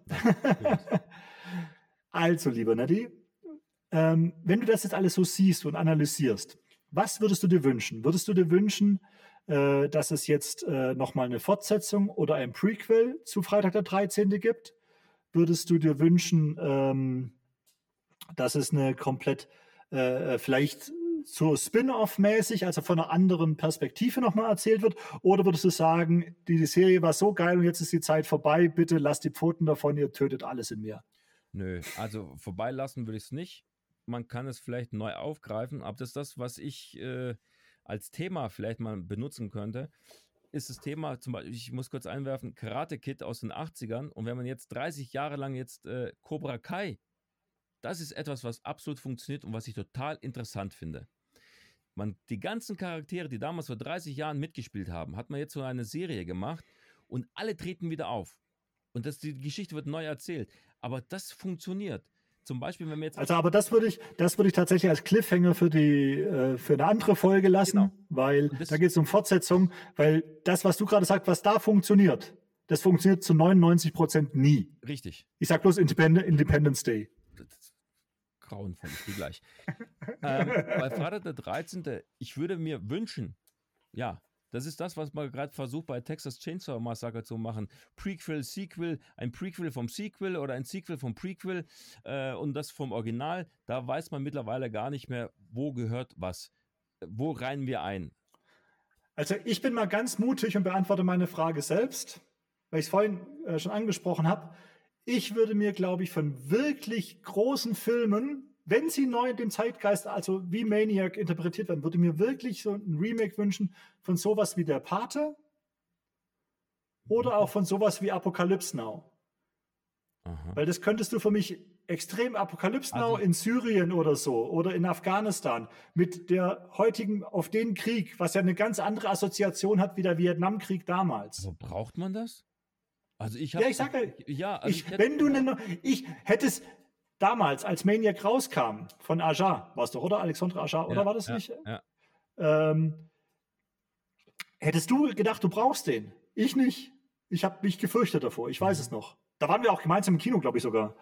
Also, lieber Neddy, ähm, wenn du das jetzt alles so siehst und analysierst, was würdest du dir wünschen? Würdest du dir wünschen, äh, dass es jetzt äh, nochmal eine Fortsetzung oder ein Prequel zu Freitag der dreizehnte gibt? Würdest du dir wünschen, ähm, dass es eine komplett, äh, vielleicht so Spin-off-mäßig, also von einer anderen Perspektive nochmal erzählt wird? Oder würdest du sagen, die Serie war so geil und jetzt ist die Zeit vorbei, bitte lasst die Pfoten davon, ihr tötet alles in mir? Nö, also vorbeilassen würde ich es nicht. Man kann es vielleicht neu aufgreifen, aber das ist das, was ich äh, als Thema vielleicht mal benutzen könnte. ist das Thema, zum Beispiel, ich muss kurz einwerfen, Karate Kid aus den achtzigern und wenn man jetzt dreißig Jahre lang jetzt äh, Cobra Kai, das ist etwas, was absolut funktioniert und was ich total interessant finde. Man, die ganzen Charaktere, die damals vor dreißig Jahren mitgespielt haben, hat man jetzt so eine Serie gemacht und alle treten wieder auf. Und das, die Geschichte wird neu erzählt. Aber das funktioniert. Zum Beispiel, wenn wir jetzt... Also, aber das würde ich, das würde ich tatsächlich als Cliffhanger für die, äh, für eine andere Folge lassen, Genau. weil Und das- da geht es um Fortsetzung, weil das, was du gerade sagst, was da funktioniert, das funktioniert zu neunundneunzig Prozent nie. Richtig. Ich sag bloß Independ- Independence Day. Das ist grauenvoll, ich gehe gleich. ähm, bei Freitag der dreizehnte Ich würde mir wünschen, ja, das ist das, was man gerade versucht bei Texas Chainsaw Massacre zu machen. Prequel, Sequel, ein Prequel vom Sequel oder ein Sequel vom Prequel äh, und das vom Original. Da weiß man mittlerweile gar nicht mehr, wo gehört was. Wo reihen wir ein? Also ich bin mal ganz mutig und beantworte meine Frage selbst, weil ich es vorhin äh, schon angesprochen habe. Ich würde mir, glaube ich, von wirklich großen Filmen, wenn sie neu in dem Zeitgeist, also wie Maniac interpretiert werden, würde mir wirklich so ein Remake wünschen von sowas wie Der Pate oder auch von sowas wie Apocalypse Now. Aha. Weil das könntest du für mich extrem Apocalypse Now Also- in Syrien oder so oder in Afghanistan mit der heutigen, auf den Krieg, was ja eine ganz andere Assoziation hat wie der Vietnamkrieg damals. Aber braucht man das? Also ich habe... Ja, ich sage, ja, also ich, hätte- wenn du eine, ich hätte es damals, als Maniac rauskam, von Aja, war es doch, oder? Alexandre Aja, oder Ja, war das ja, nicht? ja. Ähm, hättest du gedacht, du brauchst den? Ich nicht. Ich habe mich gefürchtet davor, ich weiß Mhm. es noch. Da waren wir auch gemeinsam im Kino, glaube ich sogar.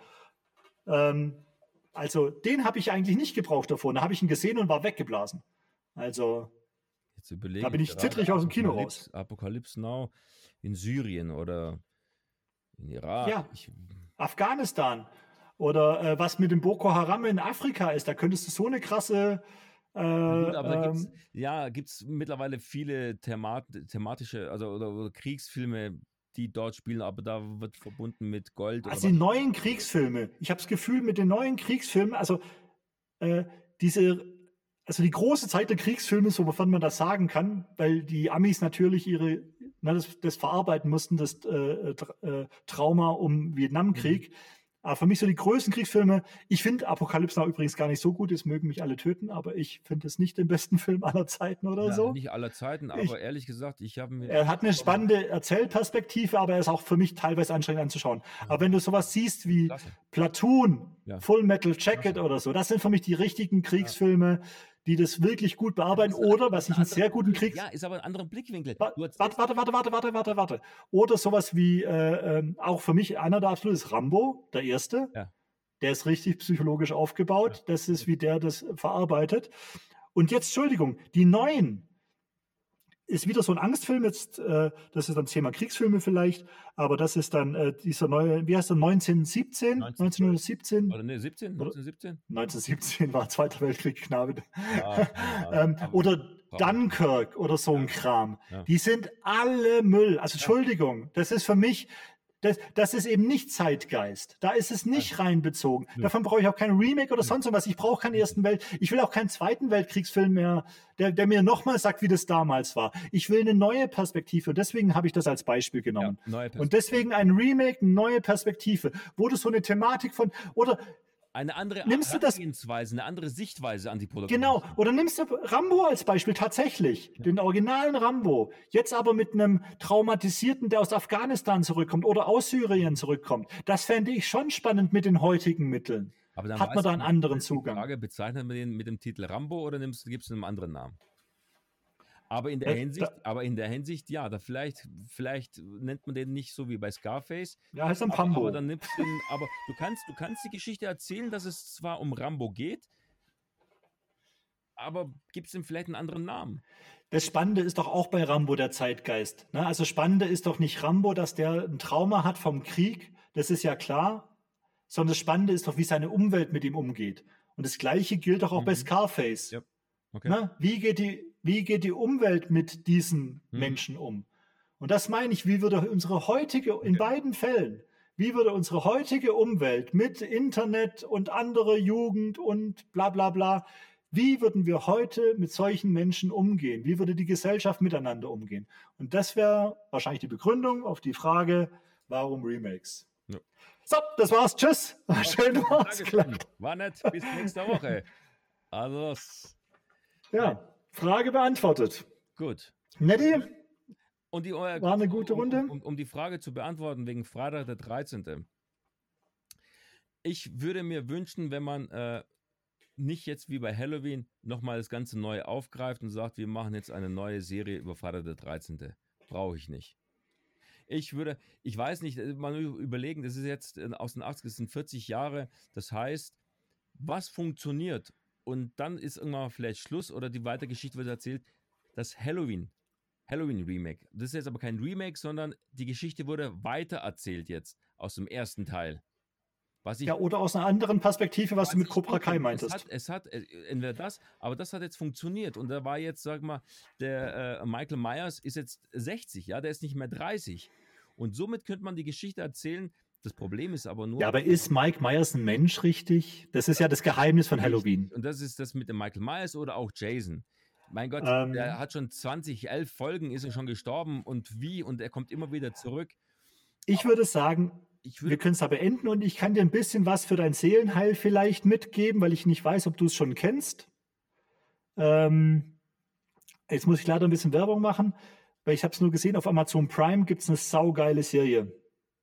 Ähm, also den habe ich eigentlich nicht gebraucht davor. Da habe ich ihn gesehen und war weggeblasen. Also Jetzt überlege Da bin ich gerade, zittrig aus dem Kino Apocalypse- Apocalypse Now in Syrien oder in Irak. Ja. Ich, Afghanistan oder äh, was mit dem Boko Haram in Afrika ist, da könntest du so eine krasse äh, Na gut, aber da ähm, gibt's, ja, gibt es mittlerweile viele Themat, thematische, also oder, oder Kriegsfilme, die dort spielen, aber da wird verbunden mit Gold. Also oder die was. neuen Kriegsfilme. Ich habe das Gefühl, mit den neuen Kriegsfilmen, also äh, diese, also die große Zeit der Kriegsfilme, sofern man das sagen kann, weil die Amis natürlich ihre, na, das, das verarbeiten mussten, das äh, Tra äh, Trauma um Vietnamkrieg. Aber für mich so die größten Kriegsfilme, ich finde Apocalypse Now übrigens gar nicht so gut, es mögen mich alle töten, aber ich finde es nicht den besten Film aller Zeiten oder Ja, so. Nicht aller Zeiten, aber Ich- ehrlich gesagt, ich habe mir. Er hat eine spannende Erzählperspektive, aber er ist auch für mich teilweise anstrengend anzuschauen. Aber wenn du sowas siehst wie Klasse. Platoon, Ja. Full Metal Jacket Klasse. oder so, das sind für mich die richtigen Kriegsfilme, die das wirklich gut bearbeiten. Das ist Oder, was ich einen sehr guten Kriegs... Ja, ist aber ein anderer Blickwinkel. Wa- Du erzählst- Warte, warte, warte, warte, warte, warte, warte. Oder sowas wie, äh, ähm, auch für mich einer der absoluten ist Rambo, der erste. Ja. Der ist richtig psychologisch aufgebaut. Das ist, wie der das verarbeitet. Und jetzt, Entschuldigung, die neuen ist wieder so ein Angstfilm. Jetzt, äh, das ist dann Thema Kriegsfilme vielleicht, aber das ist dann äh, dieser neue, wie heißt der, neunzehnhundertsiebzehn? neunzehnhundertsiebzehn? Oder ne, siebzehn? Oder- neunzehnhundertsiebzehn? neunzehnhundertsiebzehn war Zweiter Weltkrieg, Knabe. Ja, ja, ähm, aber- oder Dunkirk oder so ein Kram. Ja. Die sind alle Müll. Also Entschuldigung, das ist für mich, das, das ist eben nicht Zeitgeist. Da ist es nicht reinbezogen. Nö. Davon brauche ich auch kein Remake oder sonst was. Ich brauche keinen ersten Welt. Ich will auch keinen Zweiten Weltkriegsfilm mehr, der, der mir nochmal sagt, wie das damals war. Ich will eine neue Perspektive. Und deswegen habe ich das als Beispiel genommen. Ja, neue Und deswegen ein Remake, eine neue Perspektive, wo du so eine Thematik von, oder Eine andere Nimmst du das- Herangehensweise, eine andere Sichtweise an die Produktion. genau, oder nimmst du Rambo als Beispiel tatsächlich, den originalen Rambo, jetzt aber mit einem Traumatisierten, der aus Afghanistan zurückkommt oder aus Syrien zurückkommt. Das fände ich schon spannend mit den heutigen Mitteln. Aber dann Hat man weiß da einen anderen ist die Zugang? Frage, bezeichnet man den mit dem Titel Rambo oder gibt es einen anderen Namen? Aber in der Äh, Hinsicht, da- aber in der Hinsicht, ja, da vielleicht, vielleicht nennt man den nicht so wie bei Scarface. Ja, heißt dann Aber, Pambo. aber dann nimmst du den, aber du kannst, du kannst die Geschichte erzählen, dass es zwar um Rambo geht, aber gibt es ihm vielleicht einen anderen Namen? Das Spannende ist doch auch bei Rambo der Zeitgeist. Ne? Also Spannende ist doch nicht Rambo, dass der ein Trauma hat vom Krieg, das ist ja klar, sondern das Spannende ist doch, wie seine Umwelt mit ihm umgeht. Und das Gleiche gilt doch auch bei Mhm. Scarface. Ja. Okay. Ne? Wie geht die, wie geht die Umwelt mit diesen Mhm. Menschen um? Und das meine ich, wie würde unsere heutige, in beiden Fällen, wie würde unsere heutige Umwelt mit Internet und andere Jugend und bla bla bla, Wie würden wir heute mit solchen Menschen umgehen? Wie würde die Gesellschaft miteinander umgehen? Und das wäre wahrscheinlich die Begründung auf die Frage, warum Remakes? Ja. So, das war's. Tschüss. Schön war's. War nett. Bis nächste Woche. Also, ja, Frage beantwortet. Gut. Netti? Und die, äh, war eine gute Runde. Um, um, um die Frage zu beantworten wegen Freitag der dreizehnte. Ich würde mir wünschen, wenn man äh, nicht jetzt wie bei Halloween nochmal das Ganze neu aufgreift und sagt, wir machen jetzt eine neue Serie über Freitag der dreizehnte. Brauche ich nicht. Ich würde, ich weiß nicht, mal überlegen, das ist jetzt aus den achtziger, das sind vierzig Jahre, das heißt, was funktioniert? Und dann ist irgendwann vielleicht Schluss oder die weitere Geschichte wird erzählt, das Halloween, Halloween Remake. Das ist jetzt aber kein Remake, sondern die Geschichte wurde weitererzählt jetzt aus dem ersten Teil. Was ich, ja, oder aus einer anderen Perspektive, was, was du mit Cobra Kai meintest. Es hat, es hat äh, entweder das, aber das hat jetzt funktioniert. Und da war jetzt, sag mal, der äh, Michael Myers ist jetzt sechzig, ja, der ist nicht mehr dreißig. Und somit könnte man die Geschichte erzählen. Das Problem ist aber nur... Ja, aber ist Mike Myers ein Mensch, richtig? Das ist ja das Geheimnis von Halloween. Und das ist das mit dem Michael Myers oder auch Jason. Mein Gott, ähm, der hat schon zwanzig, elf Folgen, ist er schon gestorben. Und wie? Und er kommt immer wieder zurück. Ich würde sagen... Ich würde wir können es da beenden und ich kann dir ein bisschen was für dein Seelenheil vielleicht mitgeben, weil ich nicht weiß, ob du es schon kennst. Ähm, jetzt muss ich leider ein bisschen Werbung machen, weil ich habe es nur gesehen, auf Amazon Prime gibt es eine saugeile Serie.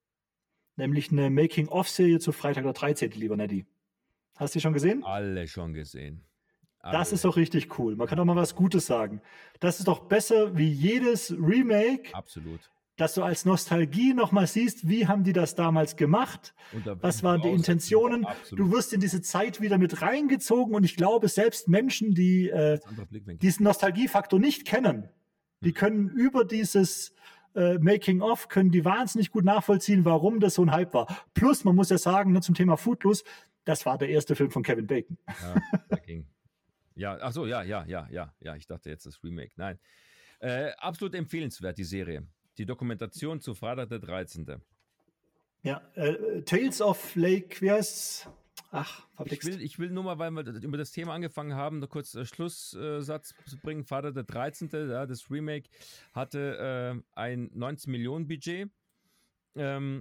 Nämlich eine Making-of-Serie zu Freitag der dreizehnte, lieber Neddy. Hast du die schon gesehen? Alle schon gesehen. Alle. Das ist doch richtig cool. Man kann doch mal was Gutes sagen. Das ist doch besser wie jedes Remake. Absolut. Dass du als Nostalgie nochmal siehst, wie haben die das damals gemacht, was waren die Intentionen. Du wirst in diese Zeit wieder mit reingezogen und ich glaube, selbst Menschen, die äh, diesen Nostalgiefaktor nicht kennen, die können über dieses äh, Making-of, können die wahnsinnig gut nachvollziehen, warum das so ein Hype war. Plus, man muss ja sagen, ne, zum Thema Footloose, das war der erste Film von Kevin Bacon. Ja, der ging. Ja, ach so, ja, ja, ja, ja, ja, ich dachte jetzt das Remake. Nein, äh, absolut empfehlenswert, die Serie. Die Dokumentation zu Freitag der dreizehnte. Ja, äh, Tales of Lake, wie heißt's? Ach, verflixt. Ich will, ich will nur mal, weil wir über das Thema angefangen haben, noch kurz äh, Schlusssatz zu bringen. Freitag der dreizehnte, ja, das Remake hatte äh, ein neunzehn Millionen Budget. Ähm,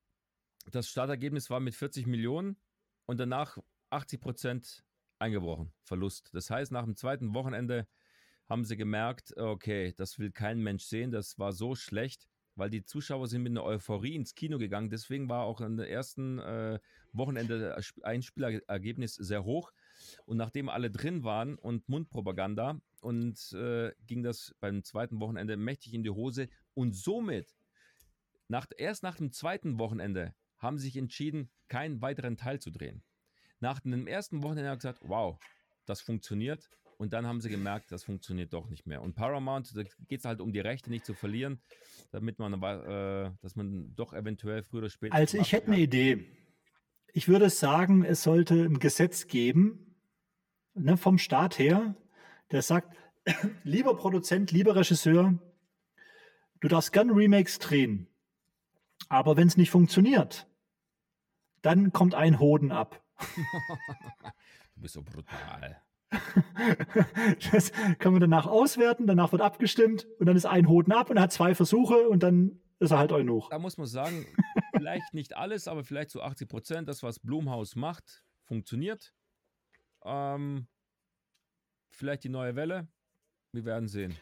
das Startergebnis war mit vierzig Millionen und danach achtzig Prozent eingebrochen, Verlust. Das heißt, nach dem zweiten Wochenende haben sie gemerkt, okay, das will kein Mensch sehen, das war so schlecht, weil die Zuschauer sind mit einer Euphorie ins Kino gegangen, deswegen war auch am ersten äh, Wochenende das Einspielergebnis sehr hoch und nachdem alle drin waren und Mundpropaganda und äh, ging das beim zweiten Wochenende mächtig in die Hose und somit, nach, erst nach dem zweiten Wochenende haben sie sich entschieden, keinen weiteren Teil zu drehen. Nach dem ersten Wochenende haben sie gesagt, wow, das funktioniert. Und dann haben sie gemerkt, das funktioniert doch nicht mehr. Und Paramount, da geht es halt um die Rechte nicht zu verlieren, damit man, äh, dass man doch eventuell früher oder später... Also ich hätte eine Idee. Ich würde sagen, es sollte ein Gesetz geben, ne, vom Staat her, der sagt, lieber Produzent, lieber Regisseur, du darfst gern Remakes drehen, aber wenn es nicht funktioniert, dann kommt ein Hoden ab. Du bist so brutal. Das kann man danach auswerten, danach wird abgestimmt und dann ist ein Hoden ab und er hat zwei Versuche und dann ist er halt Eunuch. Da muss man sagen, vielleicht nicht alles, aber vielleicht zu achtzig Prozent, das, was Blumhaus macht, funktioniert. Ähm, vielleicht die neue Welle, wir werden sehen.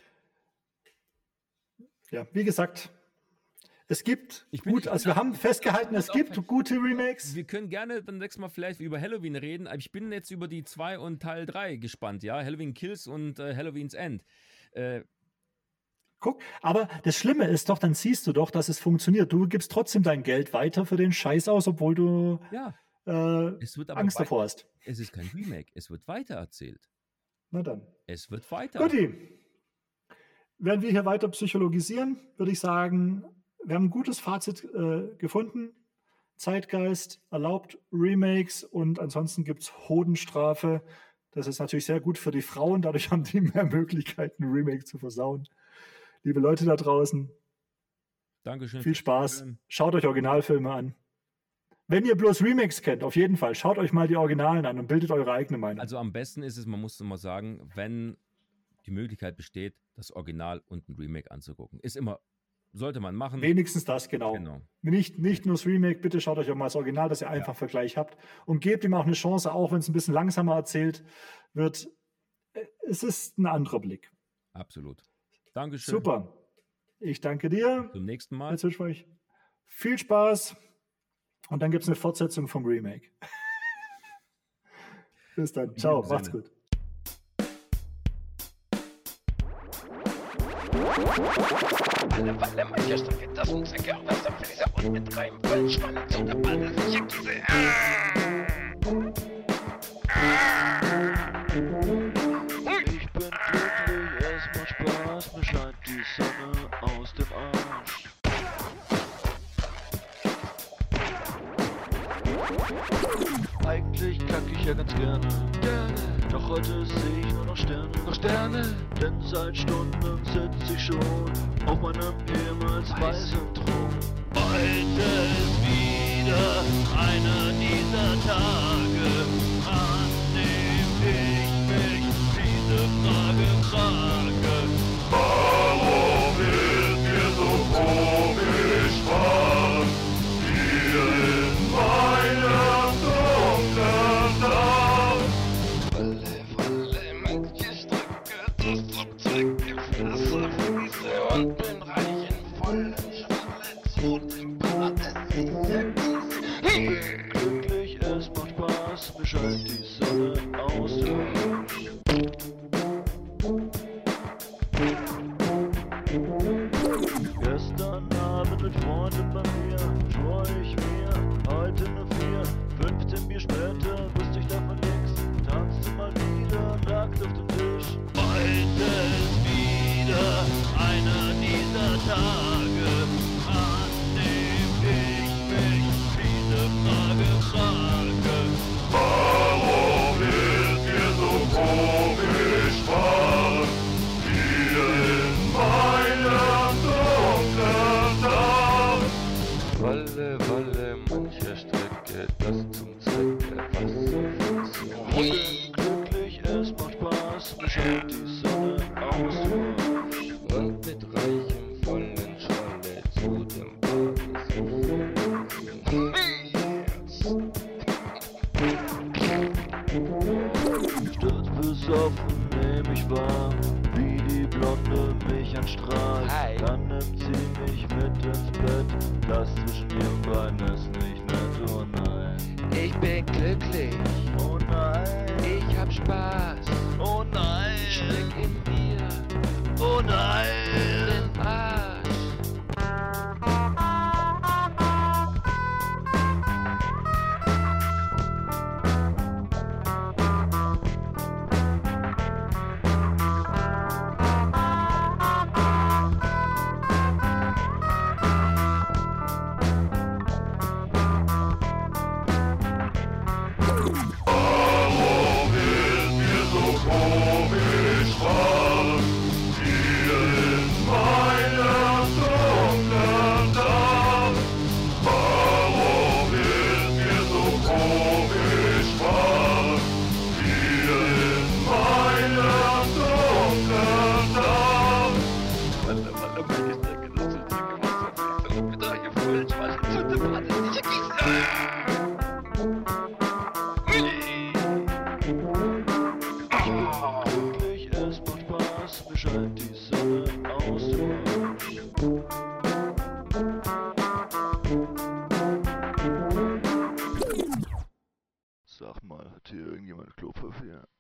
Ja, wie gesagt, es gibt ich bin, gut, also wir haben festgehalten, es gibt gute Remakes. Wir können gerne dann nächstes Mal vielleicht über Halloween reden, aber ich bin jetzt über die zwei und Teil drei gespannt, ja, Halloween Kills und äh, Halloween's End. Äh, Guck, aber das Schlimme ist doch, dann siehst du doch, dass es funktioniert. Du gibst trotzdem dein Geld weiter für den Scheiß aus, obwohl du ja, äh, es wird aber Angst weiter, davor hast. Es ist kein Remake, es wird weitererzählt. Na dann. Es wird weiter. Guti, wenn wir hier weiter psychologisieren, würde ich sagen, wir haben ein gutes Fazit äh, gefunden. Zeitgeist erlaubt Remakes und ansonsten gibt es Hodenstrafe. Das ist natürlich sehr gut für die Frauen. Dadurch haben die mehr Möglichkeiten, ein Remake zu versauen. Liebe Leute da draußen, Dankeschön. viel Spaß. Schaut euch Originalfilme an. Wenn ihr bloß Remakes kennt, auf jeden Fall, schaut euch mal die Originalen an und bildet eure eigene Meinung. Also am besten ist es, man muss immer sagen, wenn die Möglichkeit besteht, das Original und ein Remake anzugucken. Ist immer, sollte man machen. Wenigstens das, genau. Genau. Nicht, nicht nur das Remake, bitte schaut euch auch mal das Original, dass ihr einfach Vergleich habt. Und gebt ihm auch eine Chance, auch wenn es ein bisschen langsamer erzählt wird. Es ist ein anderer Blick. Absolut. Dankeschön. Super. Ich danke dir. Zum nächsten Mal. Jetzt wünsche ich euch viel Spaß. Und dann gibt es eine Fortsetzung vom Remake. Bis dann. Ciao. diesem Macht's Sinne. gut. Alle Walle, manche Strecke, das muss ich auch das auf dieser und mit Reim voll spannend zu der Balle, sicher diese. Ich bin glücklich, es macht Spaß, mir scheint die Sonne aus dem Arsch. Eigentlich kack ich ja ganz gerne, gerne. Doch heute sehe ich nur noch Sterne, noch Sterne. Denn seit Stunden sitze ich schon auf meinem ehemals weißen Thron. Heute ist wieder einer dieser Tage, an dem ich mich diese Frage frage. Warum ist mir so komisch warm? Hier in meinem dunklen Darm. Walle, Walle, manche Strecke, das Flugzeug gefressen, Füße und den reichen vollen Schwalle zu dem Paradies. Glücklich, es macht Spaß, mir scheint die Sonne aus dem Arsch. Gestern Abend mit Freunden bei mir schwor ich mir, heute nur vier, fünfzehn Bier später wusste ich davon nix, tanzte mal wieder nackt auf dem Tisch. Heute ist wieder einer dieser Tage, an dem ich mich diese Frage frage. Warum ist mir so komisch warm? Hier in meinem dunklen Darm. Walle, Walle, manche Strecke, das zum Zwecke Wasserfunktion. Glücklich, es macht Spaß, mir scheint die Sonne aus dem Arsch. Und mit reichem vollen Schwalle zu dem Sturzbesoffen nehm ich wahr, wie die Blonde mich anstrahlt. Hi. Dann nimmt sie mich mit ins Bett, das zwischen ihren Beinen ist nicht nett, oh nein. Ich bin glücklich, Oh nein, ich hab Spaß, oh nein, steck in mir, oh nein. den Arsch. Warum ist mir so komisch warm? Hier in meinem dunklen Darm. Warum ist mir so komisch warm? Hier in meinem dunklen Darm. Walle, Walle, manche Strecke, das zum Zwecke Wasserfunktion. Und mit reichen vollen Schwalle zu der Balle, sicher diese. Glücklich, es macht Spaß, mir scheint die Sonne aus dem Arsch. Sag mal, hat hier irgendjemand Klopapier?